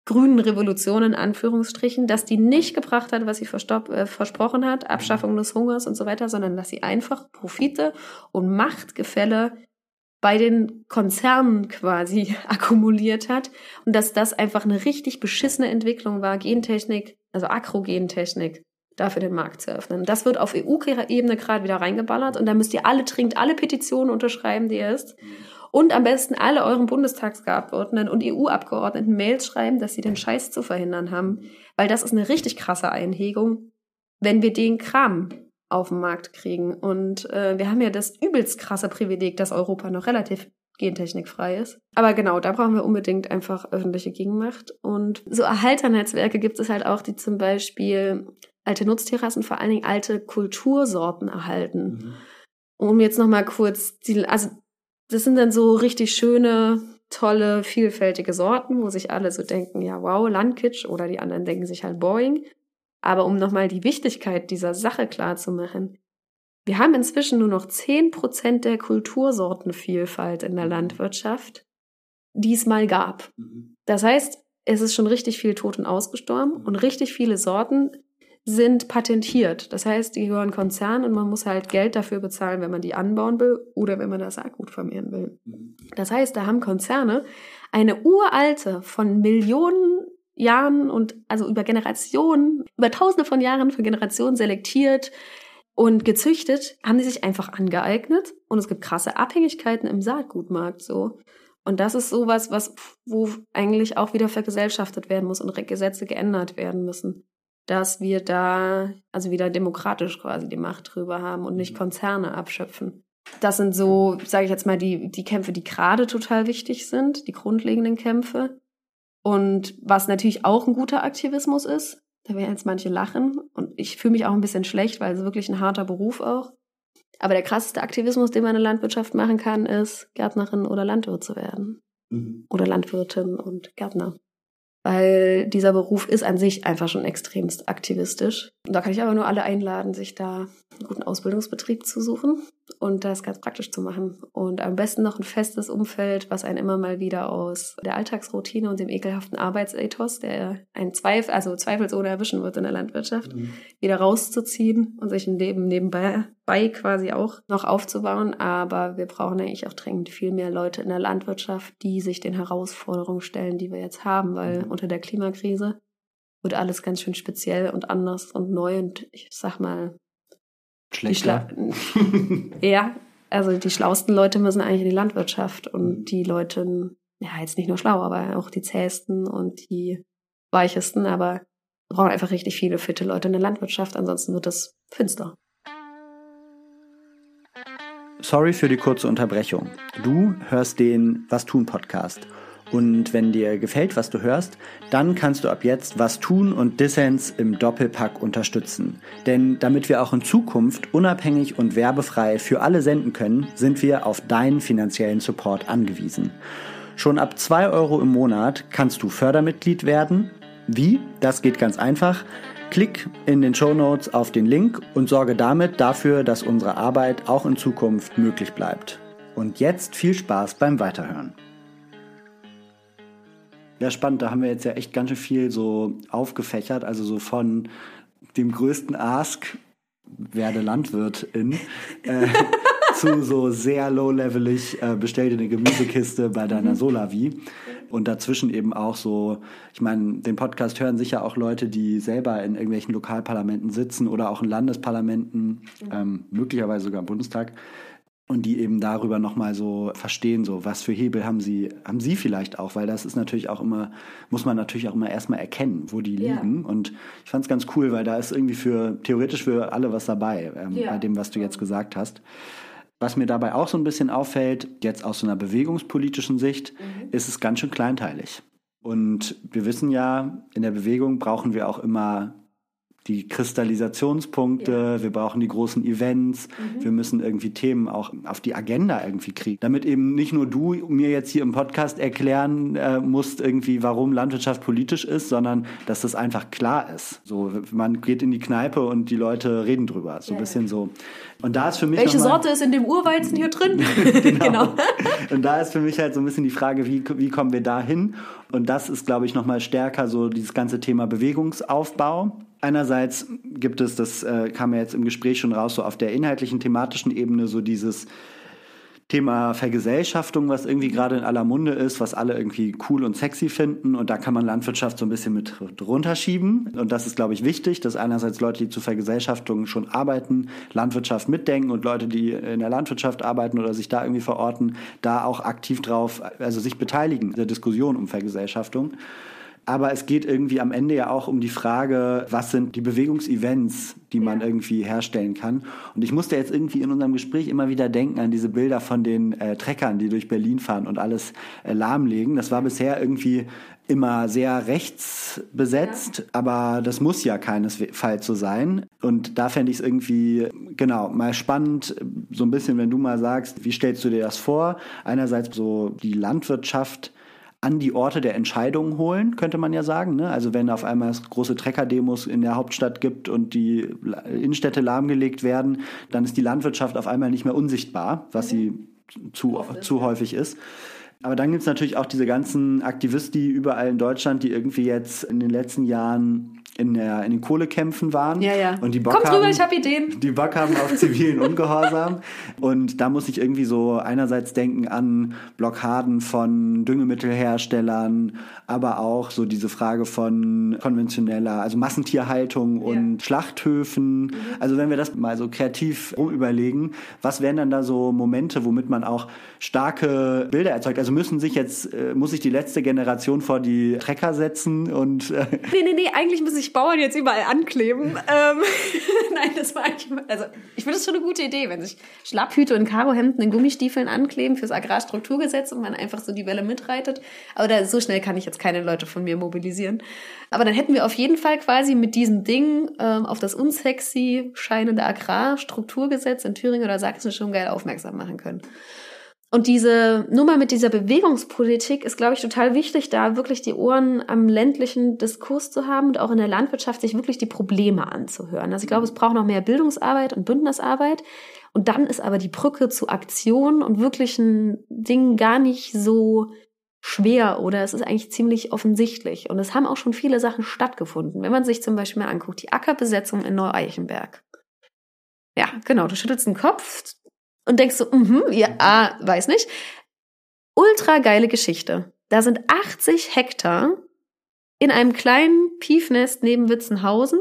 grünen Revolution in Anführungsstrichen, dass die nicht gebracht hat, was sie verstop- äh, versprochen hat, Abschaffung des Hungers und so weiter, sondern dass sie einfach Profite und Machtgefälle bei den Konzernen quasi akkumuliert hat und dass das einfach eine richtig beschissene Entwicklung war, Gentechnik, also Agrogentechnik, dafür den Markt zu öffnen. Das wird auf E U-Ebene gerade wieder reingeballert und da müsst ihr alle dringend alle Petitionen unterschreiben, die ihr ist. Und am besten alle euren Bundestagsabgeordneten und E U-Abgeordneten Mails schreiben, dass sie den Scheiß zu verhindern haben. Weil das ist eine richtig krasse Einhegung, wenn wir den Kram auf den Markt kriegen. Und äh, wir haben ja das übelst krasse Privileg, dass Europa noch relativ gentechnikfrei ist. Aber genau, da brauchen wir unbedingt einfach öffentliche Gegenmacht. Und so Erhalternetzwerke gibt es halt auch, die zum Beispiel alte Nutztierrassen, vor allen Dingen alte Kultursorten erhalten. Mhm. Um jetzt nochmal kurz, die, also das sind dann so richtig schöne, tolle, vielfältige Sorten, wo sich alle so denken, ja wow, Landkitsch, oder die anderen denken sich halt boring. Aber um nochmal die Wichtigkeit dieser Sache klarzumachen, wir haben inzwischen nur noch zehn Prozent der Kultursortenvielfalt in der Landwirtschaft, die es mal gab. Das heißt, es ist schon richtig viel tot und ausgestorben und richtig viele Sorten sind patentiert. Das heißt, die gehören Konzernen und man muss halt Geld dafür bezahlen, wenn man die anbauen will oder wenn man das Saatgut vermehren will. Das heißt, da haben Konzerne eine uralte, von Millionen Jahren und also über Generationen, über Tausende von Jahren für Generationen selektiert und gezüchtet, haben die sich einfach angeeignet und es gibt krasse Abhängigkeiten im Saatgutmarkt so. Und das ist sowas, was, wo eigentlich auch wieder vergesellschaftet werden muss und Gesetze geändert werden müssen, dass wir da also wieder demokratisch quasi die Macht drüber haben und nicht Konzerne abschöpfen. Das sind so, sage ich jetzt mal, die, die Kämpfe, die gerade total wichtig sind, die grundlegenden Kämpfe. Und was natürlich auch ein guter Aktivismus ist, da werden jetzt manche lachen und ich fühle mich auch ein bisschen schlecht, weil es wirklich ein harter Beruf auch. Aber der krasseste Aktivismus, den man in der Landwirtschaft machen kann, ist Gärtnerin oder Landwirt zu werden. Mhm. Oder Landwirtin und Gärtner. Weil dieser Beruf ist an sich einfach schon extremst aktivistisch. Und da kann ich aber nur alle einladen, sich da einen guten Ausbildungsbetrieb zu suchen und das ganz praktisch zu machen. Und am besten noch ein festes Umfeld, was einen immer mal wieder aus der Alltagsroutine und dem ekelhaften Arbeitsethos, der einen Zweifel, also zweifelsohne erwischen wird in der Landwirtschaft, mhm. wieder rauszuziehen und sich ein Leben nebenbei bei quasi auch noch aufzubauen. Aber wir brauchen eigentlich auch dringend viel mehr Leute in der Landwirtschaft, die sich den Herausforderungen stellen, die wir jetzt haben, weil mhm. unter der Klimakrise wird alles ganz schön speziell und anders und neu und ich sag mal, schlechter. Ja, also die schlauesten Leute müssen eigentlich in die Landwirtschaft und die Leute, ja jetzt nicht nur schlau, aber auch die zähesten und die weichesten, aber wir brauchen einfach richtig viele fitte Leute in der Landwirtschaft, ansonsten wird das finster. Sorry für die kurze Unterbrechung. Du hörst den Was tun Podcast. Und wenn dir gefällt, was du hörst, dann kannst du ab jetzt Was tun und Dissens im Doppelpack unterstützen. Denn damit wir auch in Zukunft unabhängig und werbefrei für alle senden können, sind wir auf deinen finanziellen Support angewiesen. Schon ab zwei Euro im Monat kannst du Fördermitglied werden. Wie? Das geht ganz einfach. Klick in den Shownotes auf den Link und sorge damit dafür, dass unsere Arbeit auch in Zukunft möglich bleibt. Und jetzt viel Spaß beim Weiterhören. Ja, spannend, da haben wir jetzt ja echt ganz schön viel so aufgefächert, also so von dem größten Ask, werde Landwirtin, äh, zu so sehr low-levelig, äh, bestell dir eine Gemüsekiste bei deiner mhm. Solavi. Und dazwischen eben auch so, ich meine, den Podcast hören sicher auch Leute, die selber in irgendwelchen Lokalparlamenten sitzen oder auch in Landesparlamenten, mhm. ähm, möglicherweise sogar im Bundestag. Und die eben darüber nochmal so verstehen, so was für Hebel haben sie, haben sie vielleicht auch, weil das ist natürlich auch immer, muss man natürlich auch immer erstmal erkennen, wo die liegen. Ja. Und ich fand es ganz cool, weil da ist irgendwie für, theoretisch für alle was dabei, ähm, ja. bei dem, was du jetzt gesagt hast. Was mir dabei auch so ein bisschen auffällt, jetzt aus so einer bewegungspolitischen Sicht, mhm. ist es ganz schön kleinteilig. Und wir wissen ja, in der Bewegung brauchen wir auch immer die Kristallisationspunkte, ja. wir brauchen die großen Events, mhm. wir müssen irgendwie Themen auch auf die Agenda irgendwie kriegen. Damit eben nicht nur du mir jetzt hier im Podcast erklären äh, musst, irgendwie, warum Landwirtschaft politisch ist, sondern dass das einfach klar ist. So, man geht in die Kneipe und die Leute reden drüber. So ein ja, bisschen ja. so. Und da ist für mich Welche mal, Sorte ist in dem Urweizen hier drin? genau. genau. Und da ist für mich halt so ein bisschen die Frage, wie, wie kommen wir da hin? Und das ist, glaube ich, nochmal stärker so dieses ganze Thema Bewegungsaufbau. Einerseits gibt es, das äh, kam ja jetzt im Gespräch schon raus, so auf der inhaltlichen, thematischen Ebene so dieses Thema Vergesellschaftung, was irgendwie gerade in aller Munde ist, was alle irgendwie cool und sexy finden. Und da kann man Landwirtschaft so ein bisschen mit runterschieben. Und das ist, glaube ich, wichtig, dass einerseits Leute, die zur Vergesellschaftung schon arbeiten, Landwirtschaft mitdenken und Leute, die in der Landwirtschaft arbeiten oder sich da irgendwie verorten, da auch aktiv drauf, also sich beteiligen in der Diskussion um Vergesellschaftung. Aber es geht irgendwie am Ende ja auch um die Frage, was sind die Bewegungsevents, die man ja. irgendwie herstellen kann. Und ich musste jetzt irgendwie in unserem Gespräch immer wieder denken an diese Bilder von den äh, Treckern, die durch Berlin fahren und alles äh, lahmlegen. Das war bisher irgendwie immer sehr rechts besetzt, ja. aber das muss ja keinesfalls so sein. Und da fände ich es irgendwie, genau, mal spannend, so ein bisschen, wenn du mal sagst, wie stellst du dir das vor? Einerseits so die Landwirtschaft an die Orte der Entscheidungen holen, könnte man ja sagen. Ne? Also wenn auf einmal es große Trecker-Demos in der Hauptstadt gibt und die Innenstädte lahmgelegt werden, dann ist die Landwirtschaft auf einmal nicht mehr unsichtbar, was sie zu, zu häufig ist. Aber dann gibt es natürlich auch diese ganzen Aktivisten überall in Deutschland, die irgendwie jetzt in den letzten Jahren in, der, in den Kohlekämpfen waren. Ja, ja. Und die Bock Kommt haben, rüber, ich hab Ideen. Die Bock haben auf zivilen Ungehorsam. Und da muss ich irgendwie so einerseits denken an Blockaden von Düngemittelherstellern, aber auch so diese Frage von konventioneller, also Massentierhaltung und ja. Schlachthöfen. Mhm. Also wenn wir das mal so kreativ rumüberlegen, was wären dann da so Momente, womit man auch starke Bilder erzeugt? Also müssen sich jetzt, äh, muss sich die letzte Generation vor die Trecker setzen und... Äh nee, nee, nee, eigentlich müssen sich Bauern jetzt überall ankleben. ähm, Nein, das war eigentlich... Also ich finde das schon eine gute Idee, wenn sich Schlapphüte und Karohemden in Gummistiefeln ankleben fürs Agrarstrukturgesetz und man einfach so die Welle mitreitet. Aber da, so schnell kann ich jetzt keine Leute von mir mobilisieren. Aber dann hätten wir auf jeden Fall quasi mit diesem Ding ähm, auf das unsexy scheinende Agrarstrukturgesetz in Thüringen oder Sachsen schon geil aufmerksam machen können. Und diese Nummer mit dieser Bewegungspolitik ist, glaube ich, total wichtig, da wirklich die Ohren am ländlichen Diskurs zu haben und auch in der Landwirtschaft sich wirklich die Probleme anzuhören. Also ich glaube, es braucht noch mehr Bildungsarbeit und Bündnisarbeit. Und dann ist aber die Brücke zu Aktion und wirklichen Dingen gar nicht so schwer oder es ist eigentlich ziemlich offensichtlich. Und es haben auch schon viele Sachen stattgefunden. Wenn man sich zum Beispiel mal anguckt, die Ackerbesetzung in Neu-Eichenberg. Ja, genau, du schüttelst den Kopf und denkst so, mhm, ja, ah, weiß nicht. Ultra geile Geschichte. Da sind achtzig Hektar in einem kleinen Piefnest neben Witzenhausen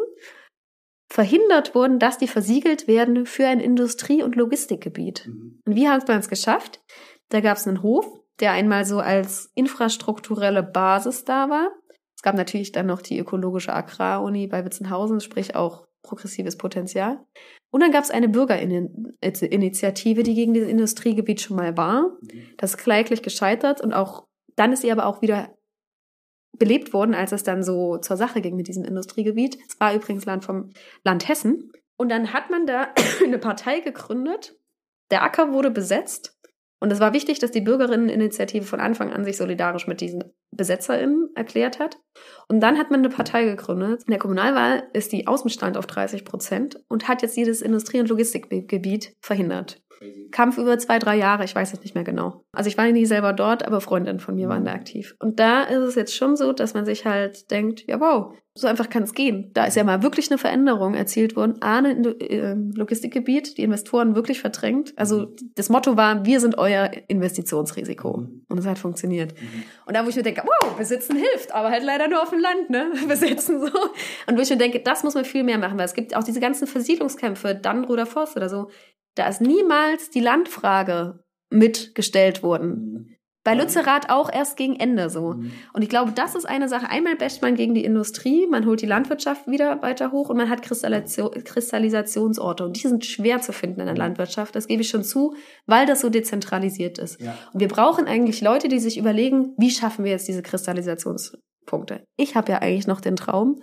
verhindert worden, dass die versiegelt werden für ein Industrie- und Logistikgebiet. Mhm. Und wie hat man es geschafft? Da gab es einen Hof, der einmal so als infrastrukturelle Basis da war. Es gab natürlich dann noch die ökologische Agraruni bei Witzenhausen, sprich auch progressives Potenzial. Und dann gab es eine Bürgerinitiative, die gegen dieses Industriegebiet schon mal war. Das ist kläglich gescheitert und auch dann ist sie aber auch wieder belebt worden, als es dann so zur Sache ging mit diesem Industriegebiet. Es war übrigens Land vom Land Hessen. Und dann hat man da eine Partei gegründet. Der Acker wurde besetzt. Und es war wichtig, dass die Bürgerinneninitiative von Anfang an sich solidarisch mit diesen BesetzerInnen erklärt hat. Und dann hat man eine Partei gegründet. In der Kommunalwahl ist die Außenstand auf dreißig Prozent und hat jetzt jedes Industrie- und Logistikgebiet verhindert. Crazy. Kampf über zwei, drei Jahre, ich weiß es nicht mehr genau. Also ich war nie selber dort, aber Freundinnen von mir waren da aktiv. Und da ist es jetzt schon so, dass man sich halt denkt, ja wow, so einfach kann es gehen. Da ist ja mal wirklich eine Veränderung erzielt worden. A, ein Logistikgebiet, die Investoren wirklich verdrängt. Also das Motto war, wir sind euer Investitionsrisiko. Mhm. Und es hat funktioniert. Mhm. Und da, wo ich mir denke, wow, Besitzen hilft, aber halt leider nur auf dem Land, ne? Besitzen so. Und wo ich mir denke, das muss man viel mehr machen, weil es gibt auch diese ganzen Versiedlungskämpfe, Dannenröder Forst oder so. Da ist niemals die Landfrage mitgestellt worden. Mhm. Bei Lützerath auch erst gegen Ende so. Mhm. Und ich glaube, das ist eine Sache. Einmal basht man gegen die Industrie, man holt die Landwirtschaft wieder weiter hoch und man hat Kristallisation, Kristallisationsorte. Und die sind schwer zu finden in der Landwirtschaft. Das gebe ich schon zu, weil das so dezentralisiert ist. Ja. Und wir brauchen eigentlich Leute, die sich überlegen, wie schaffen wir jetzt diese Kristallisationspunkte. Ich habe ja eigentlich noch den Traum,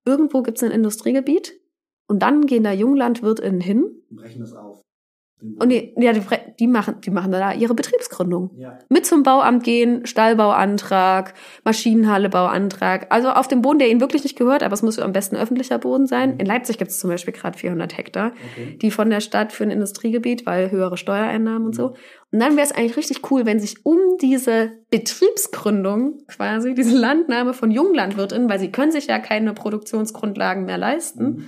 irgendwo gibt es ein Industriegebiet und dann gehen da JunglandwirtInnen hin. Und brechen das auf. Und die, ja, die, die machen, die machen da ihre Betriebsgründung. Ja. Mit zum Bauamt gehen, Stallbauantrag, Maschinenhallebauantrag. Also auf dem Boden, der ihnen wirklich nicht gehört, aber es muss am besten öffentlicher Boden sein. In Leipzig gibt es zum Beispiel gerade vierhundert Hektar, okay. die von der Stadt für ein Industriegebiet, weil höhere Steuereinnahmen und so. Und dann wäre es eigentlich richtig cool, wenn sich um diese Betriebsgründung quasi, diese Landnahme von JunglandwirtInnen, weil sie können sich ja keine Produktionsgrundlagen mehr leisten, mhm.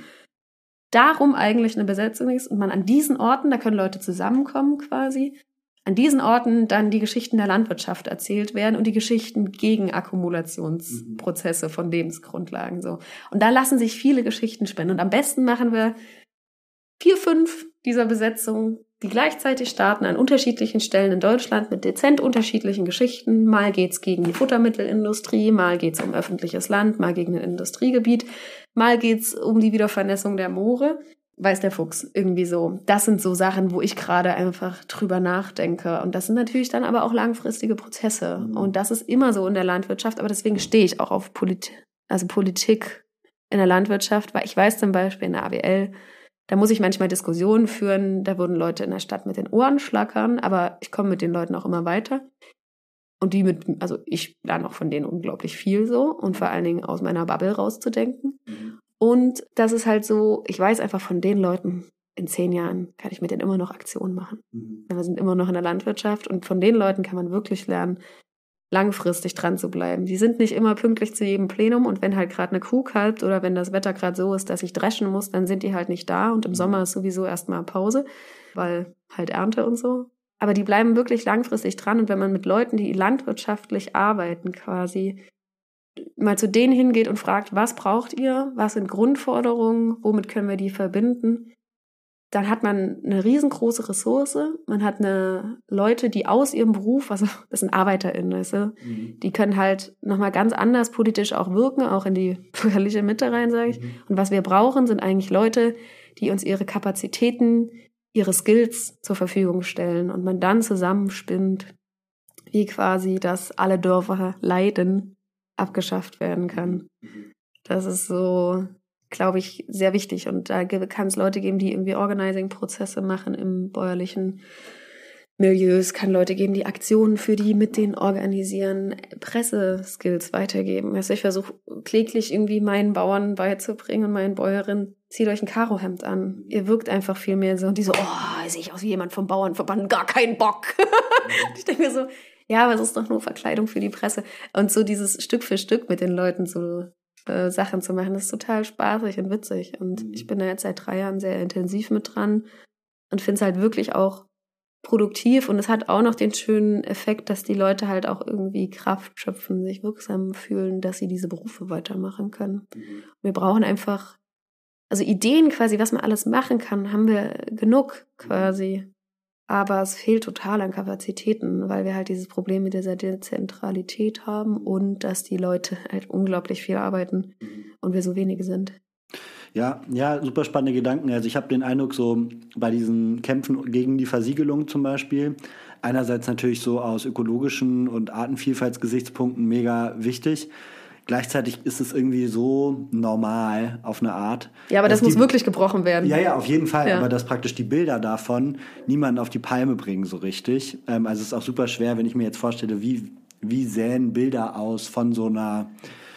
darum eigentlich eine Besetzung ist und man an diesen Orten, da können Leute zusammenkommen quasi, an diesen Orten dann die Geschichten der Landwirtschaft erzählt werden und die Geschichten gegen Akkumulationsprozesse von Lebensgrundlagen so. Und da lassen sich viele Geschichten spinnen. Und am besten machen wir vier, fünf dieser Besetzungen, die gleichzeitig starten an unterschiedlichen Stellen in Deutschland mit dezent unterschiedlichen Geschichten. Mal geht's gegen die Futtermittelindustrie, mal geht's um öffentliches Land, mal gegen ein Industriegebiet, mal geht's um die Wiedervernässung der Moore. Weiß der Fuchs, irgendwie so. Das sind so Sachen, wo ich gerade einfach drüber nachdenke. Und das sind natürlich dann aber auch langfristige Prozesse. Mhm. Und das ist immer so in der Landwirtschaft. Aber deswegen stehe ich auch auf Polit- also Politik in der Landwirtschaft, weil ich weiß zum Beispiel in der A W L, da muss ich manchmal Diskussionen führen, da würden Leute in der Stadt mit den Ohren schlackern, aber ich komme mit den Leuten auch immer weiter. Und die mit, also ich lerne auch von denen unglaublich viel so und vor allen Dingen aus meiner Bubble rauszudenken. Mhm. Und das ist halt so, ich weiß einfach von den Leuten, in zehn Jahren kann ich mit denen immer noch Aktionen machen. Mhm. Wir sind immer noch in der Landwirtschaft und von den Leuten kann man wirklich lernen, langfristig dran zu bleiben. Die sind nicht immer pünktlich zu jedem Plenum und wenn halt gerade eine Kuh kalbt oder wenn das Wetter gerade so ist, dass ich dreschen muss, dann sind die halt nicht da und im Sommer ist sowieso erstmal Pause, weil halt Ernte und so. Aber die bleiben wirklich langfristig dran und wenn man mit Leuten, die landwirtschaftlich arbeiten quasi, mal zu denen hingeht und fragt, was braucht ihr, was sind Grundforderungen, womit können wir die verbinden, dann hat man eine riesengroße Ressource. Man hat eine Leute, die aus ihrem Beruf, also das sind ArbeiterInnen, weißt du, mhm. die können halt nochmal ganz anders politisch auch wirken, auch in die bürgerliche Mitte rein, sage ich. Mhm. Und was wir brauchen, sind eigentlich Leute, die uns ihre Kapazitäten, ihre Skills zur Verfügung stellen und man dann zusammenspinnt, wie quasi, dass alle Dörfer leiden, abgeschafft werden kann. Mhm. Das ist so, glaube ich, sehr wichtig. Und da kann es Leute geben, die irgendwie Organizing-Prozesse machen im bäuerlichen Milieu. Es kann Leute geben, die Aktionen für die mit denen organisieren, Presseskills weitergeben. Also ich versuche kläglich irgendwie meinen Bauern beizubringen und meinen Bäuerinnen, zieht euch ein Karohemd an. Ihr wirkt einfach viel mehr so. Und die so, oh, sehe ich aus wie jemand vom Bauernverband, gar keinen Bock. Ich denke mir so, ja, aber es ist doch nur Verkleidung für die Presse. Und so dieses Stück für Stück mit den Leuten so äh, Sachen zu machen, das ist total spaßig und witzig. Und mhm. ich bin da jetzt seit drei Jahren sehr intensiv mit dran und finde es halt wirklich auch produktiv. Und es hat auch noch den schönen Effekt, dass die Leute halt auch irgendwie Kraft schöpfen, sich wirksam fühlen, dass sie diese Berufe weitermachen können. Mhm. Wir brauchen einfach, also Ideen quasi, was man alles machen kann, haben wir genug quasi. Aber es fehlt total an Kapazitäten, weil wir halt dieses Problem mit dieser Dezentralität haben und dass die Leute halt unglaublich viel arbeiten und wir so wenige sind. Ja, ja, super spannende Gedanken. Also ich habe den Eindruck, so bei diesen Kämpfen gegen die Versiegelung zum Beispiel, einerseits natürlich so aus ökologischen und Artenvielfaltsgesichtspunkten mega wichtig. Gleichzeitig ist es irgendwie so normal auf eine Art. Ja, aber das muss die, wirklich gebrochen werden. Ja, ja, auf jeden Fall. Ja. Aber dass praktisch die Bilder davon niemanden auf die Palme bringen so richtig. Ähm, also es ist auch super schwer, wenn ich mir jetzt vorstelle, wie, wie sähen Bilder aus von so einer,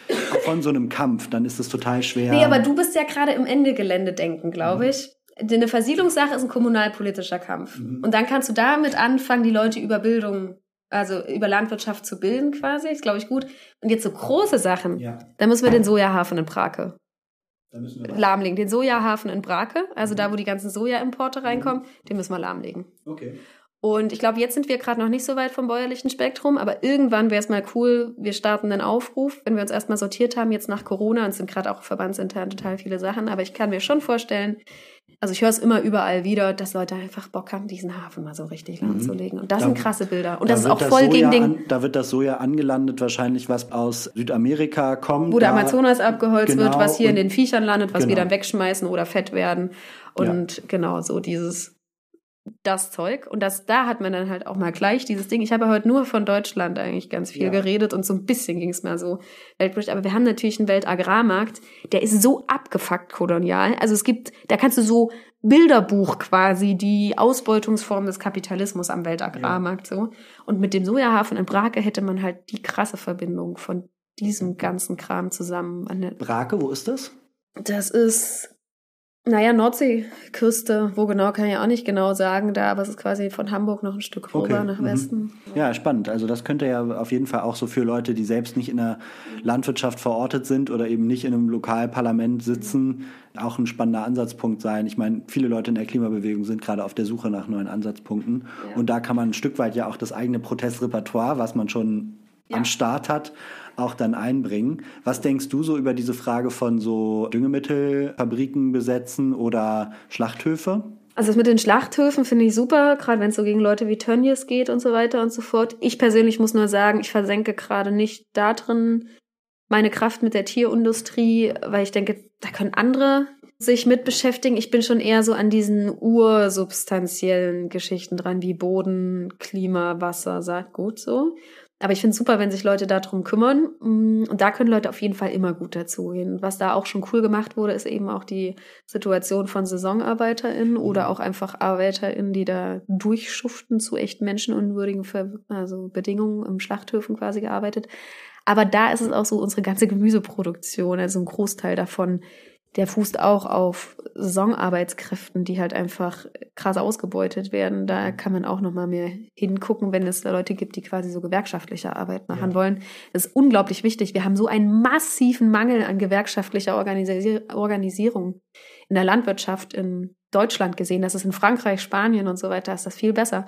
von so einem Kampf. Dann ist es total schwer. Nee, aber du bist ja gerade im Ende-Gelände denken, glaube mhm. ich. Eine Versiedlungssache ist ein kommunalpolitischer Kampf. Mhm. Und dann kannst du damit anfangen, die Leute über Bildung also über Landwirtschaft zu bilden quasi, ist, glaube ich, gut. Und jetzt so große Sachen, ja. Da müssen wir den Sojahafen in Brake lahmlegen. Den Sojahafen in Brake, also da, wo die ganzen Sojaimporte reinkommen, den müssen wir lahmlegen. Okay. Und ich glaube, jetzt sind wir gerade noch nicht so weit vom bäuerlichen Spektrum, aber irgendwann wäre es mal cool, wir starten einen Aufruf, wenn wir uns erstmal sortiert haben, jetzt nach Corona, und es sind gerade auch verbandsintern total viele Sachen, aber ich kann mir schon vorstellen, also ich höre es immer überall wieder, dass Leute einfach Bock haben, diesen Hafen mal so richtig lahmzulegen. Und das da, sind krasse Bilder. Und das ist auch voll Soja gegen den... An, da wird das Soja angelandet, wahrscheinlich was aus Südamerika kommt. Wo der Amazonas abgeholzt genau, wird, was hier in den Viechern landet, was genau. wir dann wegschmeißen oder fett werden. Und ja. genau, so dieses... das Zeug. Und das, da hat man dann halt auch mal gleich dieses Ding. Ich habe heute nur von Deutschland eigentlich ganz viel ja. geredet und so ein bisschen ging es mal so weltpolitisch. Aber wir haben natürlich einen Weltagrarmarkt, der ist so abgefuckt kolonial. Also es gibt, da kannst du so Bilderbuch quasi, die Ausbeutungsform des Kapitalismus am Weltagrarmarkt ja. so. Und mit dem Sojahafen in Brake hätte man halt die krasse Verbindung von diesem ganzen Kram zusammen. Brake, wo ist das? Das ist... Naja, Nordseeküste, wo genau, kann ich auch nicht genau sagen, da, aber es ist quasi von Hamburg noch ein Stück okay. rüber nach Westen. Mhm. Ja, spannend. Also das könnte ja auf jeden Fall auch so für Leute, die selbst nicht in der Landwirtschaft verortet sind oder eben nicht in einem Lokalparlament sitzen, auch ein spannender Ansatzpunkt sein. Ich meine, viele Leute in der Klimabewegung sind gerade auf der Suche nach neuen Ansatzpunkten. Ja. Und da kann man ein Stück weit ja auch das eigene Protestrepertoire, was man schon ja. am Start hat, auch dann einbringen. Was denkst du so über diese Frage von so Düngemittelfabriken besetzen oder Schlachthöfe? Also das mit den Schlachthöfen finde ich super, gerade wenn es so gegen Leute wie Tönnies geht und so weiter und so fort. Ich persönlich muss nur sagen, ich versenke gerade nicht da drin meine Kraft mit der Tierindustrie, weil ich denke, da können andere sich mit beschäftigen. Ich bin schon eher so an diesen ursubstanziellen Geschichten dran, wie Boden, Klima, Wasser, Saatgut so. Aber ich finde es super, wenn sich Leute darum kümmern. Und da können Leute auf jeden Fall immer gut dazugehen. Was da auch schon cool gemacht wurde, ist eben auch die Situation von SaisonarbeiterInnen mhm. oder auch einfach ArbeiterInnen, die da durchschuften zu echt menschenunwürdigen Ver- also Bedingungen im Schlachthöfen quasi gearbeitet. Aber da ist es auch so, unsere ganze Gemüseproduktion, also ein Großteil davon, der fußt auch auf Saisonarbeitskräften, die halt einfach krass ausgebeutet werden. Da kann man auch noch mal mehr hingucken, wenn es da Leute gibt, die quasi so gewerkschaftliche Arbeit machen ja. wollen. Das ist unglaublich wichtig. Wir haben so einen massiven Mangel an gewerkschaftlicher Organisi- Organisierung in der Landwirtschaft in Deutschland gesehen. Das ist in Frankreich, Spanien und so weiter, ist das viel besser.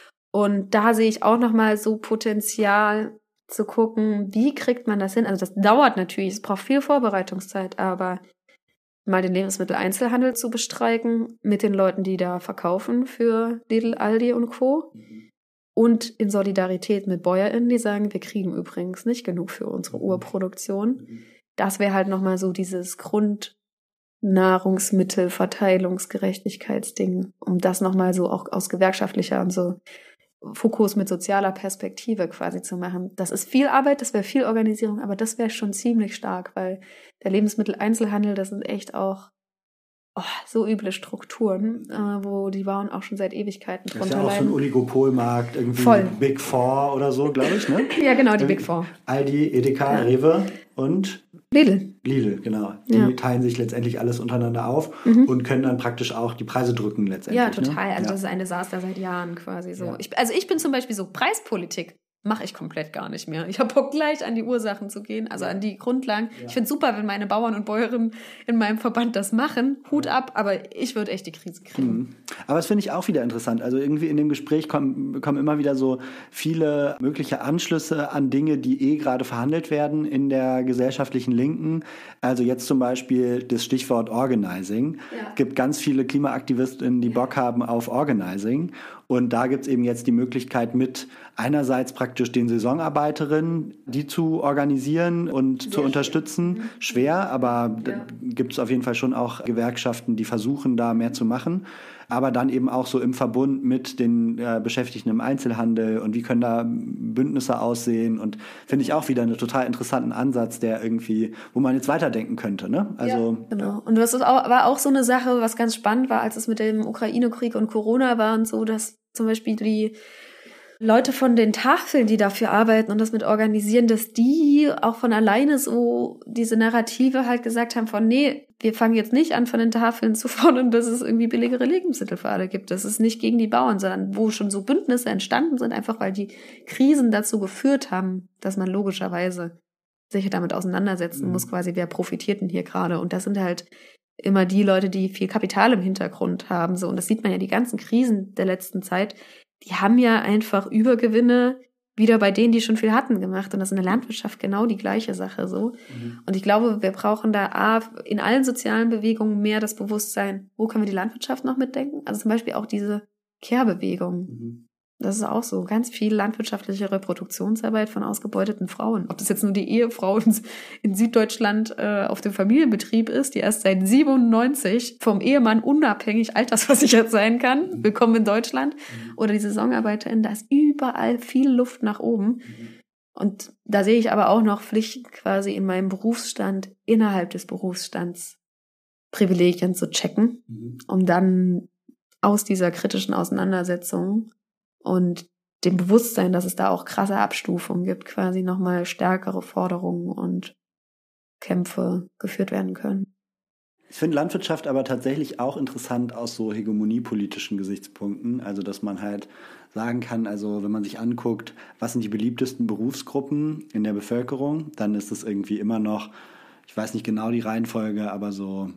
Und da sehe ich auch noch mal so Potenzial zu gucken, wie kriegt man das hin? Also das dauert natürlich, es braucht viel Vorbereitungszeit, aber mal den Lebensmitteleinzelhandel zu bestreiken mit den Leuten, die da verkaufen für Lidl, Aldi und Co. Mhm. Und in Solidarität mit BäuerInnen, die sagen, wir kriegen übrigens nicht genug für unsere mhm. Urproduktion. Mhm. Das wäre halt nochmal so dieses Grundnahrungsmittelverteilungsgerechtigkeitsding, um das nochmal so auch aus gewerkschaftlicher und so Fokus mit sozialer Perspektive quasi zu machen. Das ist viel Arbeit, das wäre viel Organisierung, aber das wäre schon ziemlich stark, weil der Lebensmitteleinzelhandel, das sind echt auch oh, so üble Strukturen, äh, wo die Bauern auch schon seit Ewigkeiten drunter leiden. Das ist ja auch so ein Oligopolmarkt, irgendwie Voll. Big Four oder so, glaube ich, ne? Ja, genau, die Big Four. Aldi, Edeka, ja. Rewe und Lidl. Lidl, genau. Die ja. teilen sich letztendlich alles untereinander auf mhm. und können dann praktisch auch die Preise drücken letztendlich. Ja, total. Ne? Also ja. das ist ein Desaster seit Jahren quasi so. Ja. Ich, also ich bin zum Beispiel so Preispolitik. Mache ich komplett gar nicht mehr. Ich habe Bock, gleich an die Ursachen zu gehen, also an die Grundlagen. Ja. Ich finde es super, wenn meine Bauern und Bäuerinnen in meinem Verband das machen. Hut ab, aber ich würde echt die Krise kriegen. Mhm. Aber das finde ich auch wieder interessant. Also irgendwie in dem Gespräch kommen, kommen immer wieder so viele mögliche Anschlüsse an Dinge, die eh gerade verhandelt werden in der gesellschaftlichen Linken. Also jetzt zum Beispiel das Stichwort Organizing. Ja. Es gibt ganz viele KlimaaktivistInnen, die Bock haben auf Organizing. Und da gibt es eben jetzt die Möglichkeit, mit einerseits praktisch den Saisonarbeiterinnen, die zu organisieren und Sehr zu unterstützen. Schwer, schwer aber ja. gibt es auf jeden Fall schon auch Gewerkschaften, die versuchen, da mehr zu machen. Aber dann eben auch so im Verbund mit den äh, Beschäftigten im Einzelhandel und wie können da Bündnisse aussehen und finde ich auch wieder einen total interessanten Ansatz, der irgendwie, wo man jetzt weiterdenken könnte, ne? Also, ja, genau. Und das ist auch, war auch so eine Sache, was ganz spannend war, als es mit dem Ukraine-Krieg und Corona war und so, dass zum Beispiel die Leute von den Tafeln, die dafür arbeiten und das mit organisieren, dass die auch von alleine so diese Narrative halt gesagt haben von, nee, wir fangen jetzt nicht an, von den Tafeln zu fordern, dass es irgendwie billigere Lebensmittel für alle gibt. Das ist nicht gegen die Bauern, sondern wo schon so Bündnisse entstanden sind, einfach weil die Krisen dazu geführt haben, dass man logischerweise sich damit auseinandersetzen mhm. muss, quasi, wer profitiert denn hier gerade? Und das sind halt immer die Leute, die viel Kapital im Hintergrund haben. So. Und das sieht man ja, die ganzen Krisen der letzten Zeit, die haben ja einfach Übergewinne wieder bei denen, die schon viel hatten, gemacht. Und das ist in der Landwirtschaft genau die gleiche Sache so. Mhm. Und ich glaube, wir brauchen da A, in allen sozialen Bewegungen mehr das Bewusstsein, wo können wir die Landwirtschaft noch mitdenken? Also zum Beispiel auch diese Care-Bewegung. Mhm. Das ist auch so. Ganz viel landwirtschaftliche Reproduktionsarbeit von ausgebeuteten Frauen. Ob das jetzt nur die Ehefrau in, in Süddeutschland äh, auf dem Familienbetrieb ist, die erst seit siebenundneunzig vom Ehemann unabhängig altersversichert sein kann, willkommen in Deutschland, oder die Saisonarbeiterin, da ist überall viel Luft nach oben. Und da sehe ich aber auch noch Pflicht quasi in meinem Berufsstand, innerhalb des Berufsstands Privilegien zu checken, mhm. um dann aus dieser kritischen Auseinandersetzung und dem Bewusstsein, dass es da auch krasse Abstufungen gibt, quasi nochmal stärkere Forderungen und Kämpfe geführt werden können. Ich finde Landwirtschaft aber tatsächlich auch interessant aus so hegemoniepolitischen Gesichtspunkten. Also, dass man halt sagen kann, also wenn man sich anguckt, was sind die beliebtesten Berufsgruppen in der Bevölkerung, dann ist es irgendwie immer noch, ich weiß nicht genau die Reihenfolge, aber so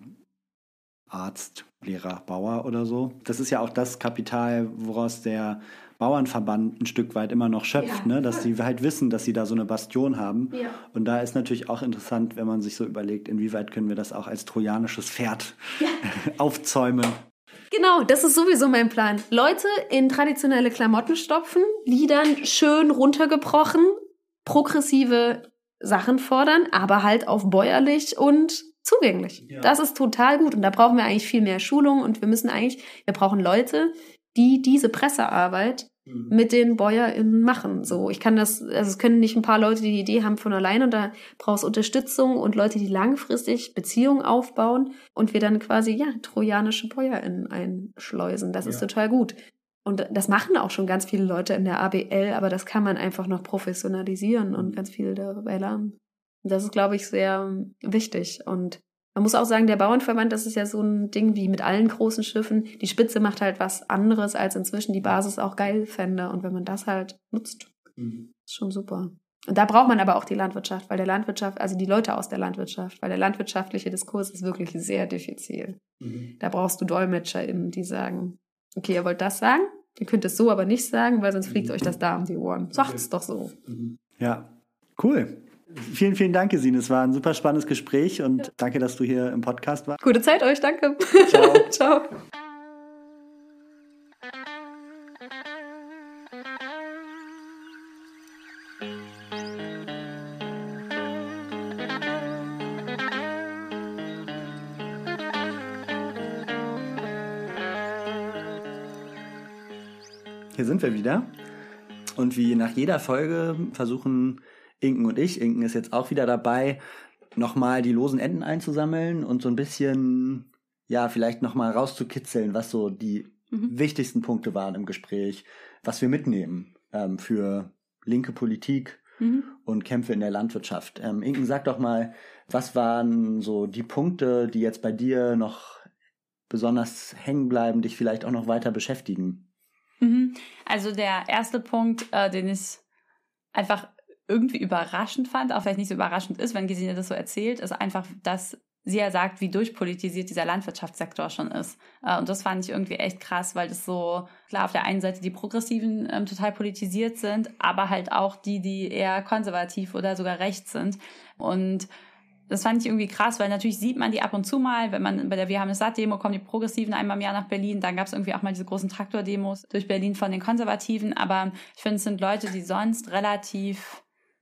Arzt, Lehrer, Bauer oder so. Das ist ja auch das Kapital, woraus der Bauernverband ein Stück weit immer noch schöpft, ja, ne? Dass sie halt wissen, dass sie da so eine Bastion haben. Ja. Und da ist natürlich auch interessant, wenn man sich so überlegt, inwieweit können wir das auch als trojanisches Pferd ja. aufzäumen. Genau, das ist sowieso mein Plan. Leute in traditionelle Klamotten stopfen, die dann schön runtergebrochen, progressive Sachen fordern, aber halt auf bäuerlich und zugänglich. Ja. Das ist total gut. Und da brauchen wir eigentlich viel mehr Schulung und wir müssen eigentlich, wir brauchen Leute, die diese Pressearbeit mhm. mit den BäuerInnen machen. So, ich kann das, also es können nicht ein paar Leute, die die Idee haben von alleine, und da brauchst Unterstützung und Leute, die langfristig Beziehungen aufbauen und wir dann quasi, ja, trojanische BäuerInnen einschleusen. Das ja. ist total gut. Und das machen auch schon ganz viele Leute in der A B L, aber das kann man einfach noch professionalisieren und ganz viel dabei lernen. Und das ist, glaube ich, sehr wichtig. Und man muss auch sagen, der Bauernverband, das ist ja so ein Ding wie mit allen großen Schiffen. Die Spitze macht halt was anderes, als inzwischen die Basis auch geil fände. Und wenn man das halt nutzt, mhm. ist schon super. Und da braucht man aber auch die Landwirtschaft, weil der Landwirtschaft, also die Leute aus der Landwirtschaft, weil der landwirtschaftliche Diskurs ist wirklich sehr diffizil. Mhm. Da brauchst du DolmetscherInnen, die sagen, okay, ihr wollt das sagen, ihr könnt es so aber nicht sagen, weil sonst fliegt mhm. euch das da um die Ohren. Sagt's doch so. Mhm. Ja, cool. Vielen, vielen Dank, Gesine. Es war ein super spannendes Gespräch und ja. danke, dass du hier im Podcast warst. Gute Zeit euch, danke. Ciao. Ciao. Hier sind wir wieder. Und wie nach jeder Folge versuchen Inken und ich, Inken ist jetzt auch wieder dabei, nochmal die losen Enden einzusammeln und so ein bisschen, ja, vielleicht nochmal rauszukitzeln, was so die mhm. wichtigsten Punkte waren im Gespräch, was wir mitnehmen ähm, für linke Politik mhm. und Kämpfe in der Landwirtschaft. Ähm, Inken, sag doch mal, was waren so die Punkte, die jetzt bei dir noch besonders hängen bleiben, dich vielleicht auch noch weiter beschäftigen? Mhm. Also der erste Punkt, äh, den ich einfach irgendwie überraschend fand, auch vielleicht nicht so überraschend ist, wenn Gesine das so erzählt, ist einfach, dass sie ja sagt, wie durchpolitisiert dieser Landwirtschaftssektor schon ist. Und das fand ich irgendwie echt krass, weil das so, klar, auf der einen Seite die Progressiven ähm, total politisiert sind, aber halt auch die, die eher konservativ oder sogar rechts sind. Und das fand ich irgendwie krass, weil natürlich sieht man die ab und zu mal, wenn man bei der Wir haben es satt Demo kommen die Progressiven einmal im Jahr nach Berlin, dann gab es irgendwie auch mal diese großen Traktordemos durch Berlin von den Konservativen, aber ich finde, es sind Leute, die sonst relativ,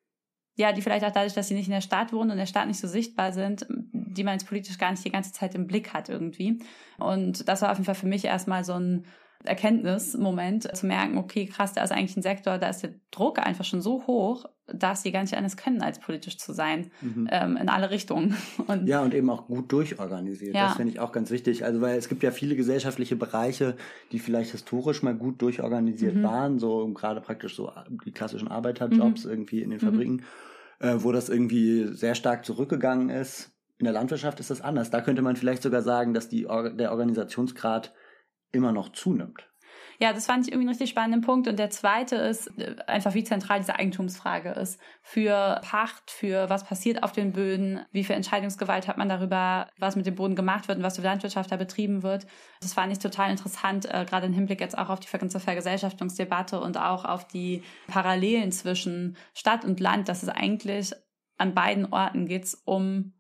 ja, die vielleicht auch dadurch, dass sie nicht in der Stadt wohnen und in der Stadt nicht so sichtbar sind, die man jetzt politisch gar nicht die ganze Zeit im Blick hat irgendwie. Und das war auf jeden Fall für mich erstmal so ein Erkenntnismoment, zu merken, okay, krass, da ist eigentlich ein Sektor, da ist der Druck einfach schon so hoch, dass die gar nicht anders können, als politisch zu sein, mhm. ähm, in alle Richtungen. Und ja, und eben auch gut durchorganisiert. Ja. Das finde ich auch ganz wichtig. Also, weil es gibt ja viele gesellschaftliche Bereiche, die vielleicht historisch mal gut durchorganisiert mhm. waren, so gerade praktisch so die klassischen Arbeiterjobs mhm. irgendwie in den Fabriken, mhm. äh, wo das irgendwie sehr stark zurückgegangen ist. In der Landwirtschaft ist das anders. Da könnte man vielleicht sogar sagen, dass die, der Organisationsgrad immer noch zunimmt. Ja, das fand ich irgendwie einen richtig spannenden Punkt. Und der zweite ist einfach, wie zentral diese Eigentumsfrage ist. Für Pacht, für was passiert auf den Böden, wie viel Entscheidungsgewalt hat man darüber, was mit dem Boden gemacht wird und was für Landwirtschaft da betrieben wird. Das fand ich total interessant, äh, gerade im Hinblick jetzt auch auf die ganze Vergesellschaftungsdebatte und auch auf die Parallelen zwischen Stadt und Land, dass es eigentlich an beiden Orten geht um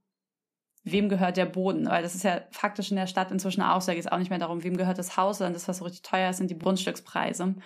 wem gehört der Boden? Weil das ist ja faktisch in der Stadt inzwischen auch so. Da geht es auch nicht mehr darum, wem gehört das Haus, sondern das, was so richtig teuer ist, sind die Grundstückspreise.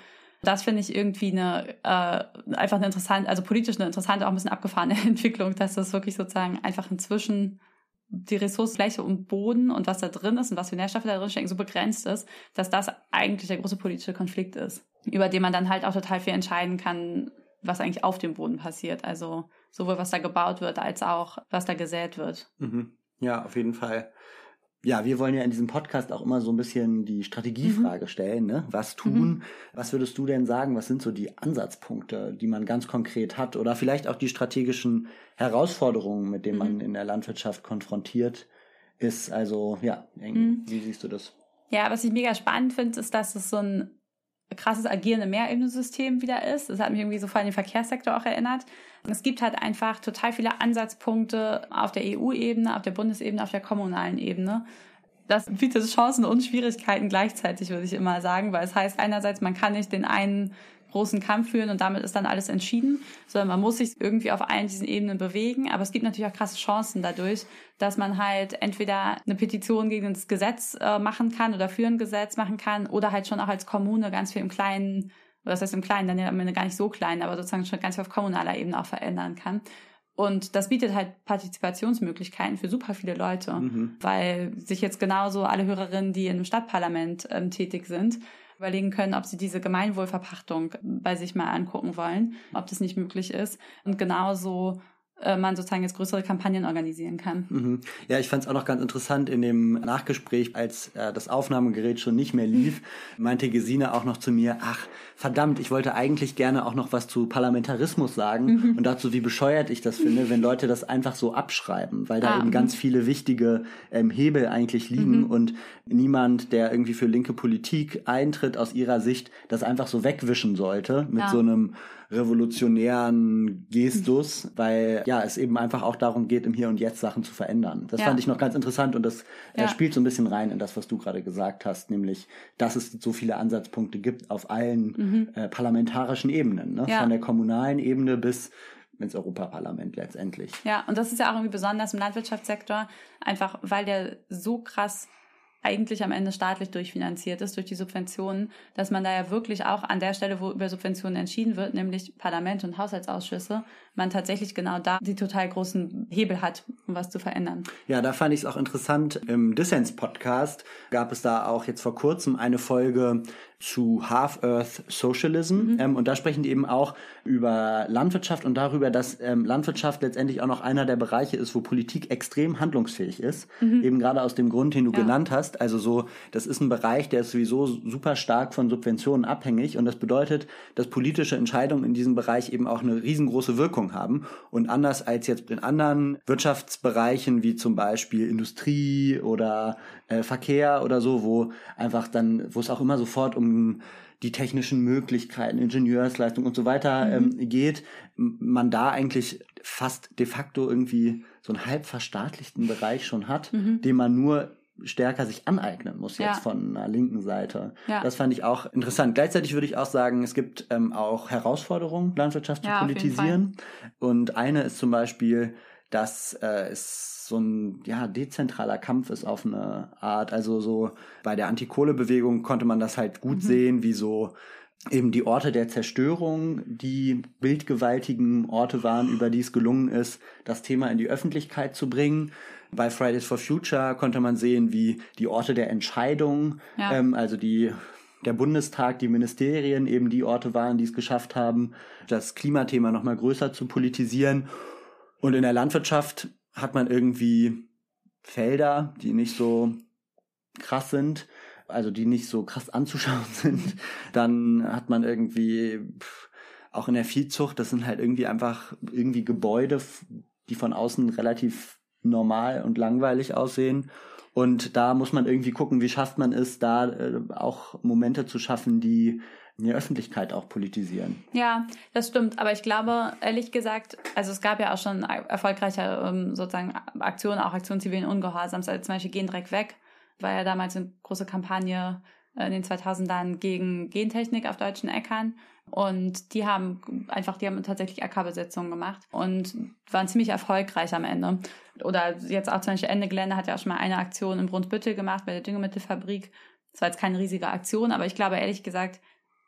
Das finde ich irgendwie eine, äh, einfach eine interessante, also politisch eine interessante, auch ein bisschen abgefahrene Entwicklung, dass das wirklich sozusagen einfach inzwischen die Ressourcenfläche und Boden und was da drin ist und was für Nährstoffe da drin stecken, so begrenzt ist, dass das eigentlich der große politische Konflikt ist, über den man dann halt auch total viel entscheiden kann, was eigentlich auf dem Boden passiert. Also sowohl was da gebaut wird, als auch was da gesät wird. Mhm. Ja, auf jeden Fall. Ja, wir wollen ja in diesem Podcast auch immer so ein bisschen die Strategiefrage mhm. stellen, ne? Was tun? Mhm. Was würdest du denn sagen? Was sind so die Ansatzpunkte, die man ganz konkret hat? Oder vielleicht auch die strategischen Herausforderungen, mit denen mhm. man in der Landwirtschaft konfrontiert ist? Also, ja, mhm. wie siehst du das? Ja, was ich mega spannend finde, ist, dass es so ein krasses Agieren im Mehrebenensystem wieder ist. Das hat mich irgendwie so vor allem den Verkehrssektor auch erinnert. Es gibt halt einfach total viele Ansatzpunkte auf der E U-Ebene, auf der Bundesebene, auf der kommunalen Ebene. Das bietet Chancen und Schwierigkeiten gleichzeitig, würde ich immer sagen, weil es heißt einerseits, man kann nicht den einen großen Kampf führen und damit ist dann alles entschieden, sondern man muss sich irgendwie auf allen diesen Ebenen bewegen. Aber es gibt natürlich auch krasse Chancen dadurch, dass man halt entweder eine Petition gegen das Gesetz äh, machen kann oder für ein Gesetz machen kann oder halt schon auch als Kommune ganz viel im Kleinen, oder das heißt im Kleinen, dann ja am Ende gar nicht so klein, aber sozusagen schon ganz viel auf kommunaler Ebene auch verändern kann. Und das bietet halt Partizipationsmöglichkeiten für super viele Leute, mhm. weil sich jetzt genauso alle Hörerinnen, die in einem Stadtparlament ähm, tätig sind, überlegen können, ob sie diese Gemeinwohlverpachtung bei sich mal angucken wollen, ob das nicht möglich ist. Und genauso äh, man sozusagen jetzt größere Kampagnen organisieren kann. Mhm. Ja, ich fand es auch noch ganz interessant in dem Nachgespräch, als äh, das Aufnahmegerät schon nicht mehr lief, meinte Gesine auch noch zu mir, ach, verdammt, ich wollte eigentlich gerne auch noch was zu Parlamentarismus sagen mhm. und dazu, wie bescheuert ich das finde, wenn Leute das einfach so abschreiben, weil da ah, eben ganz viele wichtige ähm, Hebel eigentlich liegen mhm. und niemand, der irgendwie für linke Politik eintritt, aus ihrer Sicht das einfach so wegwischen sollte mit ja. so einem revolutionären Gestus, weil ja es eben einfach auch darum geht, im Hier und Jetzt Sachen zu verändern. Das ja. fand ich noch ganz interessant und das ja. äh, spielt so ein bisschen rein in das, was du gerade gesagt hast, nämlich, dass es so viele Ansatzpunkte gibt auf allen mhm. äh, parlamentarischen Ebenen, ne? Ja. Von der kommunalen Ebene bis ins Europaparlament letztendlich. Ja, und das ist ja auch irgendwie besonders im Landwirtschaftssektor, einfach weil der so krass eigentlich am Ende staatlich durchfinanziert ist durch die Subventionen, dass man da ja wirklich auch an der Stelle, wo über Subventionen entschieden wird, nämlich Parlament und Haushaltsausschüsse, man tatsächlich genau da die total großen Hebel hat, um was zu verändern. Ja, da fand ich es auch interessant. Im Dissens-Podcast gab es da auch jetzt vor kurzem eine Folge zu Half-Earth Socialism. Mhm. Ähm, und da sprechen die eben auch über Landwirtschaft und darüber, dass ähm, Landwirtschaft letztendlich auch noch einer der Bereiche ist, wo Politik extrem handlungsfähig ist. Mhm. Eben gerade aus dem Grund, den du ja. genannt hast. Also so, das ist ein Bereich, der ist sowieso super stark von Subventionen abhängig. Und das bedeutet, dass politische Entscheidungen in diesem Bereich eben auch eine riesengroße Wirkung haben. Und anders als jetzt in anderen Wirtschaftsbereichen, wie zum Beispiel Industrie oder äh, Verkehr oder so, wo einfach dann, wo es auch immer sofort um die technischen Möglichkeiten, Ingenieursleistung und so weiter mhm. ähm, geht, man da eigentlich fast de facto irgendwie so einen halb verstaatlichten Bereich schon hat, mhm. den man nur stärker sich aneignen muss jetzt ja. von einer linken Seite. Ja. Das fand ich auch interessant. Gleichzeitig würde ich auch sagen, es gibt ähm, auch Herausforderungen, Landwirtschaft ja, zu politisieren. Und eine ist zum Beispiel, dass äh, es so ein ja dezentraler Kampf ist auf eine Art. Also so bei der Antikohlebewegung konnte man das halt gut mhm. sehen, wie so eben die Orte der Zerstörung, die bildgewaltigen Orte waren, über die es gelungen ist, das Thema in die Öffentlichkeit zu bringen. Bei Fridays for Future konnte man sehen, wie die Orte der Entscheidung, ja. ähm, also die der Bundestag, die Ministerien eben die Orte waren, die es geschafft haben, das Klimathema noch mal größer zu politisieren. Und in der Landwirtschaft hat man irgendwie Felder, die nicht so krass sind, also die nicht so krass anzuschauen sind. Dann hat man irgendwie auch in der Viehzucht, das sind halt irgendwie einfach irgendwie Gebäude, die von außen relativ normal und langweilig aussehen. Und da muss man irgendwie gucken, wie schafft man es, da äh, auch Momente zu schaffen, die in der Öffentlichkeit auch politisieren. Ja, das stimmt. Aber ich glaube, ehrlich gesagt, also es gab ja auch schon erfolgreiche ähm, sozusagen Aktionen, auch Aktionen zivilen Ungehorsams, also zum Beispiel Gen direkt weg, war ja damals eine große Kampagne in den zweitausendern gegen Gentechnik auf deutschen Äckern. Und die haben einfach, die haben tatsächlich Ackerbesetzungen gemacht und waren ziemlich erfolgreich am Ende. Oder jetzt auch zum Beispiel Ende Gelände hat ja auch schon mal eine Aktion in Brunsbüttel gemacht bei der Düngemittelfabrik. Das war jetzt keine riesige Aktion, aber ich glaube ehrlich gesagt,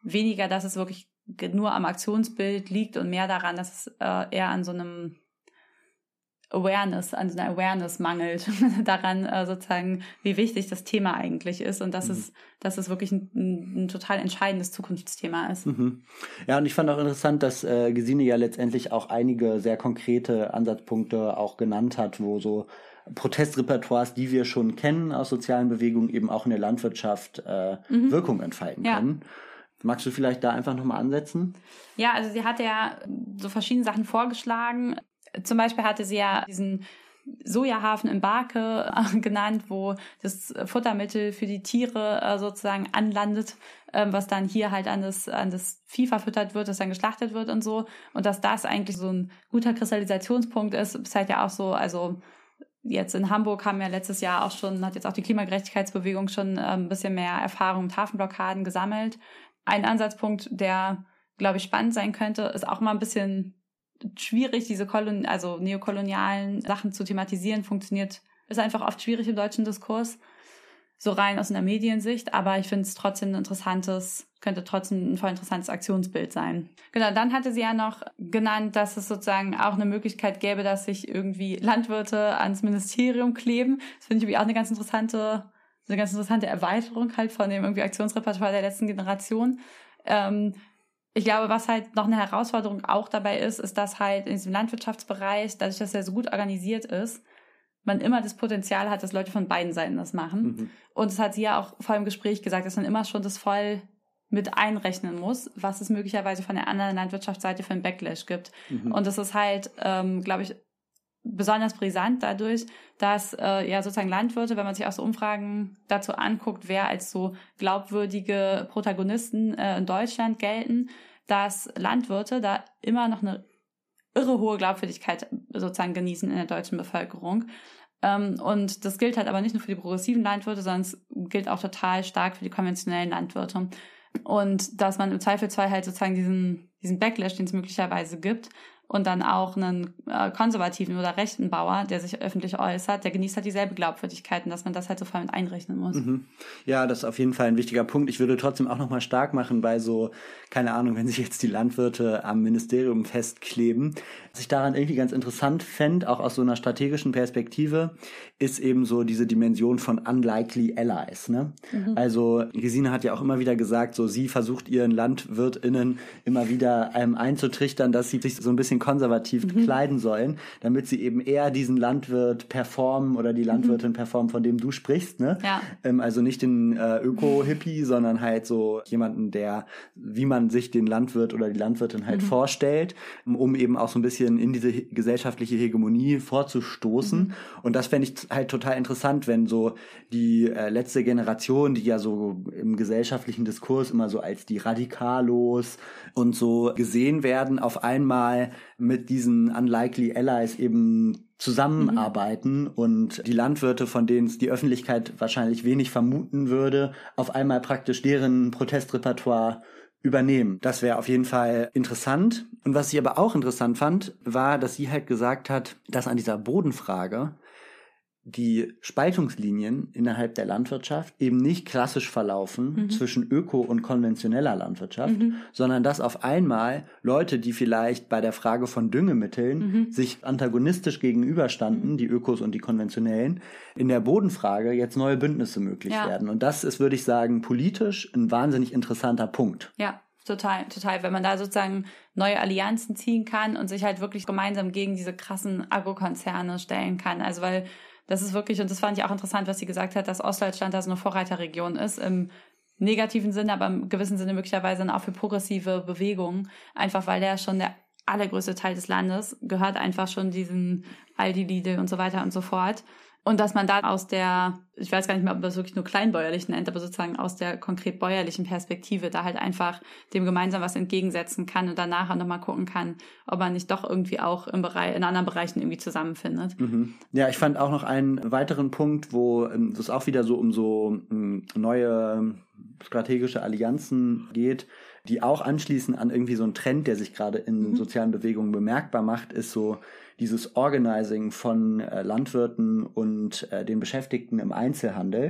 weniger, dass es wirklich nur am Aktionsbild liegt und mehr daran, dass es äh, eher an so einem Awareness, an so einer Awareness mangelt, daran äh, sozusagen, wie wichtig das Thema eigentlich ist und dass, mhm. es, dass es wirklich ein, ein, ein total entscheidendes Zukunftsthema ist. Mhm. Ja, und ich fand auch interessant, dass äh, Gesine ja letztendlich auch einige sehr konkrete Ansatzpunkte auch genannt hat, wo so Protestrepertoires, die wir schon kennen aus sozialen Bewegungen, eben auch in der Landwirtschaft äh, mhm. Wirkung entfalten ja. können. Magst du vielleicht da einfach nochmal ansetzen? Ja, also sie hat ja so verschiedene Sachen vorgeschlagen. Zum Beispiel hatte sie ja diesen Sojahafen in Barke äh, genannt, wo das Futtermittel für die Tiere äh, sozusagen anlandet, ähm, was dann hier halt an das, an das Vieh verfüttert wird, das dann geschlachtet wird und so. Und dass das eigentlich so ein guter Kristallisationspunkt ist, ist halt ja auch so, also jetzt in Hamburg haben ja letztes Jahr auch schon, hat jetzt auch die Klimagerechtigkeitsbewegung schon äh, ein bisschen mehr Erfahrung mit Hafenblockaden gesammelt. Ein Ansatzpunkt, der, glaube ich, spannend sein könnte, ist auch mal ein bisschen schwierig, diese Kolon- also neokolonialen Sachen zu thematisieren, funktioniert, ist einfach oft schwierig im deutschen Diskurs, so rein aus einer Mediensicht, aber ich finde es trotzdem ein interessantes, könnte trotzdem ein voll interessantes Aktionsbild sein. Genau, dann hatte sie ja noch genannt, dass es sozusagen auch eine Möglichkeit gäbe, dass sich irgendwie Landwirte ans Ministerium kleben. Das finde ich irgendwie auch eine ganz interessante, eine ganz interessante Erweiterung halt von dem irgendwie Aktionsrepertoire der letzten Generation. Ähm, Ich glaube, was halt noch eine Herausforderung auch dabei ist, ist, dass halt in diesem Landwirtschaftsbereich, dadurch, dass er so gut organisiert ist, man immer das Potenzial hat, dass Leute von beiden Seiten das machen. Mhm. Und das hat sie ja auch vor im Gespräch gesagt, dass man immer schon das voll mit einrechnen muss, was es möglicherweise von der anderen Landwirtschaftsseite für einen Backlash gibt. Mhm. Und das ist halt, ähm, glaube ich, besonders brisant dadurch, dass äh, ja sozusagen Landwirte, wenn man sich auch so Umfragen dazu anguckt, wer als so glaubwürdige Protagonisten äh, in Deutschland gelten, dass Landwirte da immer noch eine irre hohe Glaubwürdigkeit sozusagen genießen in der deutschen Bevölkerung. Ähm, und das gilt halt aber nicht nur für die progressiven Landwirte, sondern es gilt auch total stark für die konventionellen Landwirte. Und dass man im Zweifelsfall halt sozusagen diesen, diesen Backlash, den es möglicherweise gibt, und dann auch einen äh, konservativen oder rechten Bauer, der sich öffentlich äußert, der genießt halt dieselbe Glaubwürdigkeit und dass man das halt so voll mit einrechnen muss. Mhm. Ja, das ist auf jeden Fall ein wichtiger Punkt. Ich würde trotzdem auch nochmal stark machen bei so, keine Ahnung, wenn sich jetzt die Landwirte am Ministerium festkleben. Was ich daran irgendwie ganz interessant fände, auch aus so einer strategischen Perspektive, ist eben so diese Dimension von unlikely allies. Ne? Mhm. Also Gesine hat ja auch immer wieder gesagt, so sie versucht ihren LandwirtInnen immer wieder ähm, einzutrichtern, dass sie sich so ein bisschen konservativ mhm. kleiden sollen, damit sie eben eher diesen Landwirt performen oder die Landwirtin mhm. performen, von dem du sprichst. Ne? Ja. Ähm, also nicht den äh, Öko-Hippie, sondern halt so jemanden, der, wie man sich den Landwirt oder die Landwirtin halt mhm. vorstellt, um eben auch so ein bisschen in diese gesellschaftliche Hegemonie vorzustoßen. Mhm. Und das fände ich halt total interessant, wenn so die äh, letzte Generation, die ja so im gesellschaftlichen Diskurs immer so als die Radikalos und so gesehen werden, auf einmal mit diesen unlikely allies eben zusammenarbeiten mhm. und die Landwirte, von denen es die Öffentlichkeit wahrscheinlich wenig vermuten würde, auf einmal praktisch deren Protestrepertoire übernehmen. Das wäre auf jeden Fall interessant. Und was ich aber auch interessant fand, war, dass sie halt gesagt hat, dass an dieser Bodenfrage die Spaltungslinien innerhalb der Landwirtschaft eben nicht klassisch verlaufen mhm. zwischen öko- und konventioneller Landwirtschaft, mhm. sondern dass auf einmal Leute, die vielleicht bei der Frage von Düngemitteln mhm. sich antagonistisch gegenüberstanden, mhm. die Ökos und die konventionellen, in der Bodenfrage jetzt neue Bündnisse möglich ja. werden. Und das ist, würde ich sagen, politisch ein wahnsinnig interessanter Punkt. Ja. Total, total. Wenn man da sozusagen neue Allianzen ziehen kann und sich halt wirklich gemeinsam gegen diese krassen Agrokonzerne stellen kann. Also weil das ist wirklich, und das fand ich auch interessant, was sie gesagt hat, dass Ostdeutschland da so eine Vorreiterregion ist, im negativen Sinne, aber im gewissen Sinne möglicherweise dann auch für progressive Bewegungen. Einfach weil der schon der allergrößte Teil des Landes gehört einfach schon diesen Aldi, Lidl und so weiter und so fort. Und dass man da aus der, ich weiß gar nicht mehr, ob man das wirklich nur kleinbäuerlich nennt, aber sozusagen aus der konkret bäuerlichen Perspektive da halt einfach dem gemeinsam was entgegensetzen kann und danach auch nochmal gucken kann, ob man nicht doch irgendwie auch im Bereich, in anderen Bereichen irgendwie zusammenfindet. Mhm. Ja, ich fand auch noch einen weiteren Punkt, wo es auch wieder so um so neue strategische Allianzen geht, die auch anschließen an irgendwie so einen Trend, der sich gerade in mhm. sozialen Bewegungen bemerkbar macht, ist so dieses Organizing von äh, Landwirten und äh, den Beschäftigten im Einzelhandel.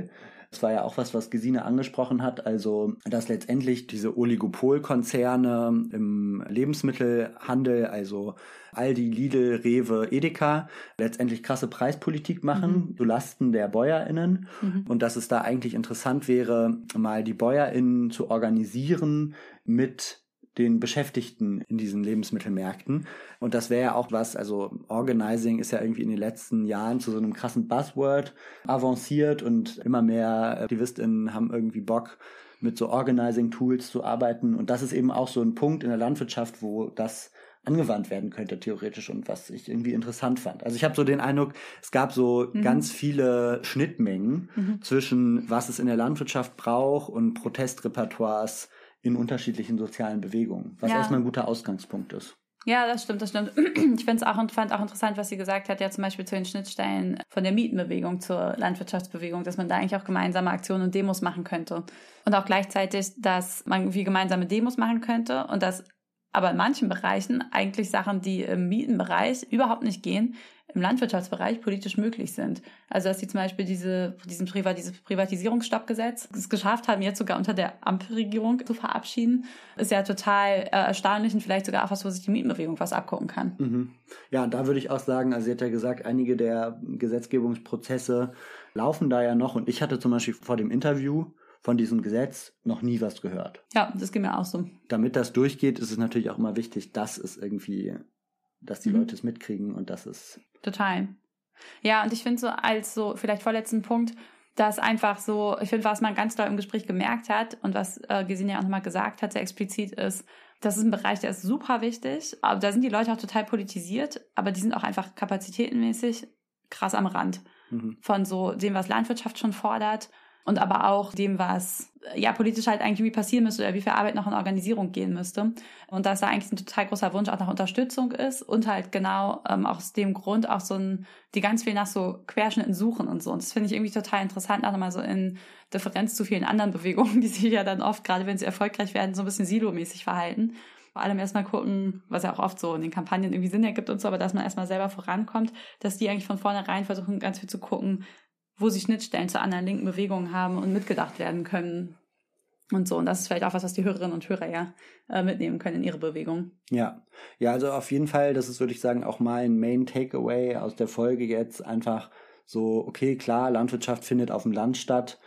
Das war ja auch was, was Gesine angesprochen hat, also dass letztendlich diese Oligopolkonzerne im Lebensmittelhandel, also Aldi, Lidl, Rewe, Edeka, letztendlich krasse Preispolitik machen, mhm. zulasten der BäuerInnen. Mhm. Und dass es da eigentlich interessant wäre, mal die BäuerInnen zu organisieren mit den Beschäftigten in diesen Lebensmittelmärkten. Und das wäre ja auch was, also Organizing ist ja irgendwie in den letzten Jahren zu so einem krassen Buzzword avanciert und immer mehr AktivistInnen haben irgendwie Bock, mit so Organizing-Tools zu arbeiten. Und das ist eben auch so ein Punkt in der Landwirtschaft, wo das angewandt werden könnte, theoretisch, und was ich irgendwie interessant fand. Also ich habe so den Eindruck, es gab so mhm. ganz viele Schnittmengen mhm. zwischen was es in der Landwirtschaft braucht und Protestrepertoires in unterschiedlichen sozialen Bewegungen, was ja. erstmal ein guter Ausgangspunkt ist. Ja, das stimmt, das stimmt. Ich finde es auch, fand auch interessant, was sie gesagt hat, ja zum Beispiel zu den Schnittstellen von der Mietenbewegung zur Landwirtschaftsbewegung, dass man da eigentlich auch gemeinsame Aktionen und Demos machen könnte. Und auch gleichzeitig, dass man irgendwie gemeinsame Demos machen könnte und dass aber in manchen Bereichen eigentlich Sachen, die im Mietenbereich überhaupt nicht gehen, im Landwirtschaftsbereich politisch möglich sind. Also dass sie zum Beispiel diese, diesen Privat, dieses Privatisierungsstoppgesetz es geschafft haben, jetzt sogar unter der Ampelregierung zu verabschieden, ist ja total äh, erstaunlich und vielleicht sogar auch was, wo sich die Mietenbewegung was abgucken kann. Mhm. Ja, da würde ich auch sagen, also sie hat ja gesagt, einige der Gesetzgebungsprozesse laufen da ja noch, und ich hatte zum Beispiel vor dem Interview von diesem Gesetz noch nie was gehört. Ja, das geht mir auch so. Damit das durchgeht, ist es natürlich auch immer wichtig, dass es irgendwie, dass die mhm. Leute es mitkriegen und dass es... Total. Ja, und ich finde so als so vielleicht vorletzten Punkt, dass einfach so, ich finde, was man ganz doll im Gespräch gemerkt hat und was äh, Gesine ja auch nochmal gesagt hat, sehr explizit ist, das ist ein Bereich, der ist super wichtig, aber da sind die Leute auch total politisiert, aber die sind auch einfach kapazitätenmäßig krass am Rand mhm. von so dem, was Landwirtschaft schon fordert, und aber auch dem, was ja politisch halt eigentlich wie passieren müsste oder wie viel Arbeit noch in Organisierung gehen müsste. Und dass da eigentlich ein total großer Wunsch auch nach Unterstützung ist und halt genau ähm, aus dem Grund auch so ein, die ganz viel nach so Querschnitten suchen und so. Und das finde ich irgendwie total interessant, auch nochmal so in Differenz zu vielen anderen Bewegungen, die sich ja dann oft, gerade wenn sie erfolgreich werden, so ein bisschen silomäßig verhalten. Vor allem erstmal gucken, was ja auch oft so in den Kampagnen irgendwie Sinn ergibt und so, aber dass man erstmal selber vorankommt, dass die eigentlich von vornherein versuchen, ganz viel zu gucken, wo sie Schnittstellen zu anderen linken Bewegungen haben und mitgedacht werden können und so. Und das ist vielleicht auch was, was die Hörerinnen und Hörer ja äh, mitnehmen können in ihre Bewegung. Ja, ja, also auf jeden Fall, das ist, würde ich sagen, auch mein Main Takeaway aus der Folge jetzt einfach so, okay, klar, Landwirtschaft findet auf dem Land statt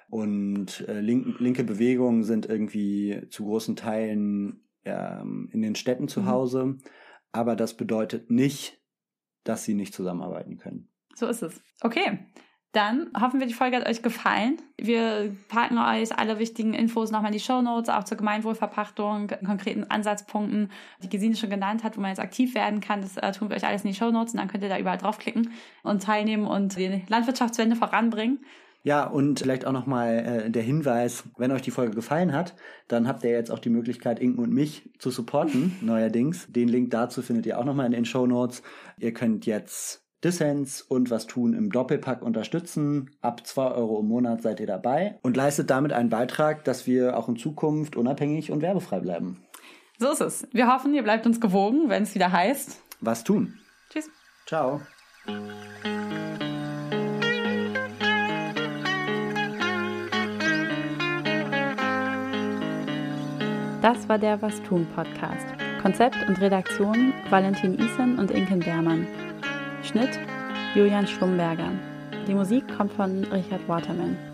und äh, link, linke Bewegungen sind irgendwie zu großen Teilen ähm, in den Städten zu Hause, mhm. aber das bedeutet nicht, dass sie nicht zusammenarbeiten können. So ist es. Okay. Dann hoffen wir, die Folge hat euch gefallen. Wir packen euch alle wichtigen Infos nochmal in die Shownotes, auch zur Gemeinwohlverpachtung, konkreten Ansatzpunkten, die Gesine schon genannt hat, wo man jetzt aktiv werden kann. Das äh, tun wir euch alles in die Shownotes und dann könnt ihr da überall draufklicken und teilnehmen und die Landwirtschaftswende voranbringen. Ja, und vielleicht auch nochmal äh, der Hinweis, wenn euch die Folge gefallen hat, dann habt ihr jetzt auch die Möglichkeit, Inken und mich zu supporten, neuerdings. Den Link dazu findet ihr auch nochmal in den Shownotes. Ihr könnt jetzt Dissens und Was tun im Doppelpack unterstützen. Ab zwei Euro im Monat seid ihr dabei und leistet damit einen Beitrag, dass wir auch in Zukunft unabhängig und werbefrei bleiben. So ist es. Wir hoffen, ihr bleibt uns gewogen, wenn es wieder heißt Was tun. Tschüss. Ciao. Das war der Was tun Podcast. Konzept und Redaktion Valentin Isen und Inken Beermann. Schnitt Julian Schlumberger. Die Musik kommt von Richard Waterman.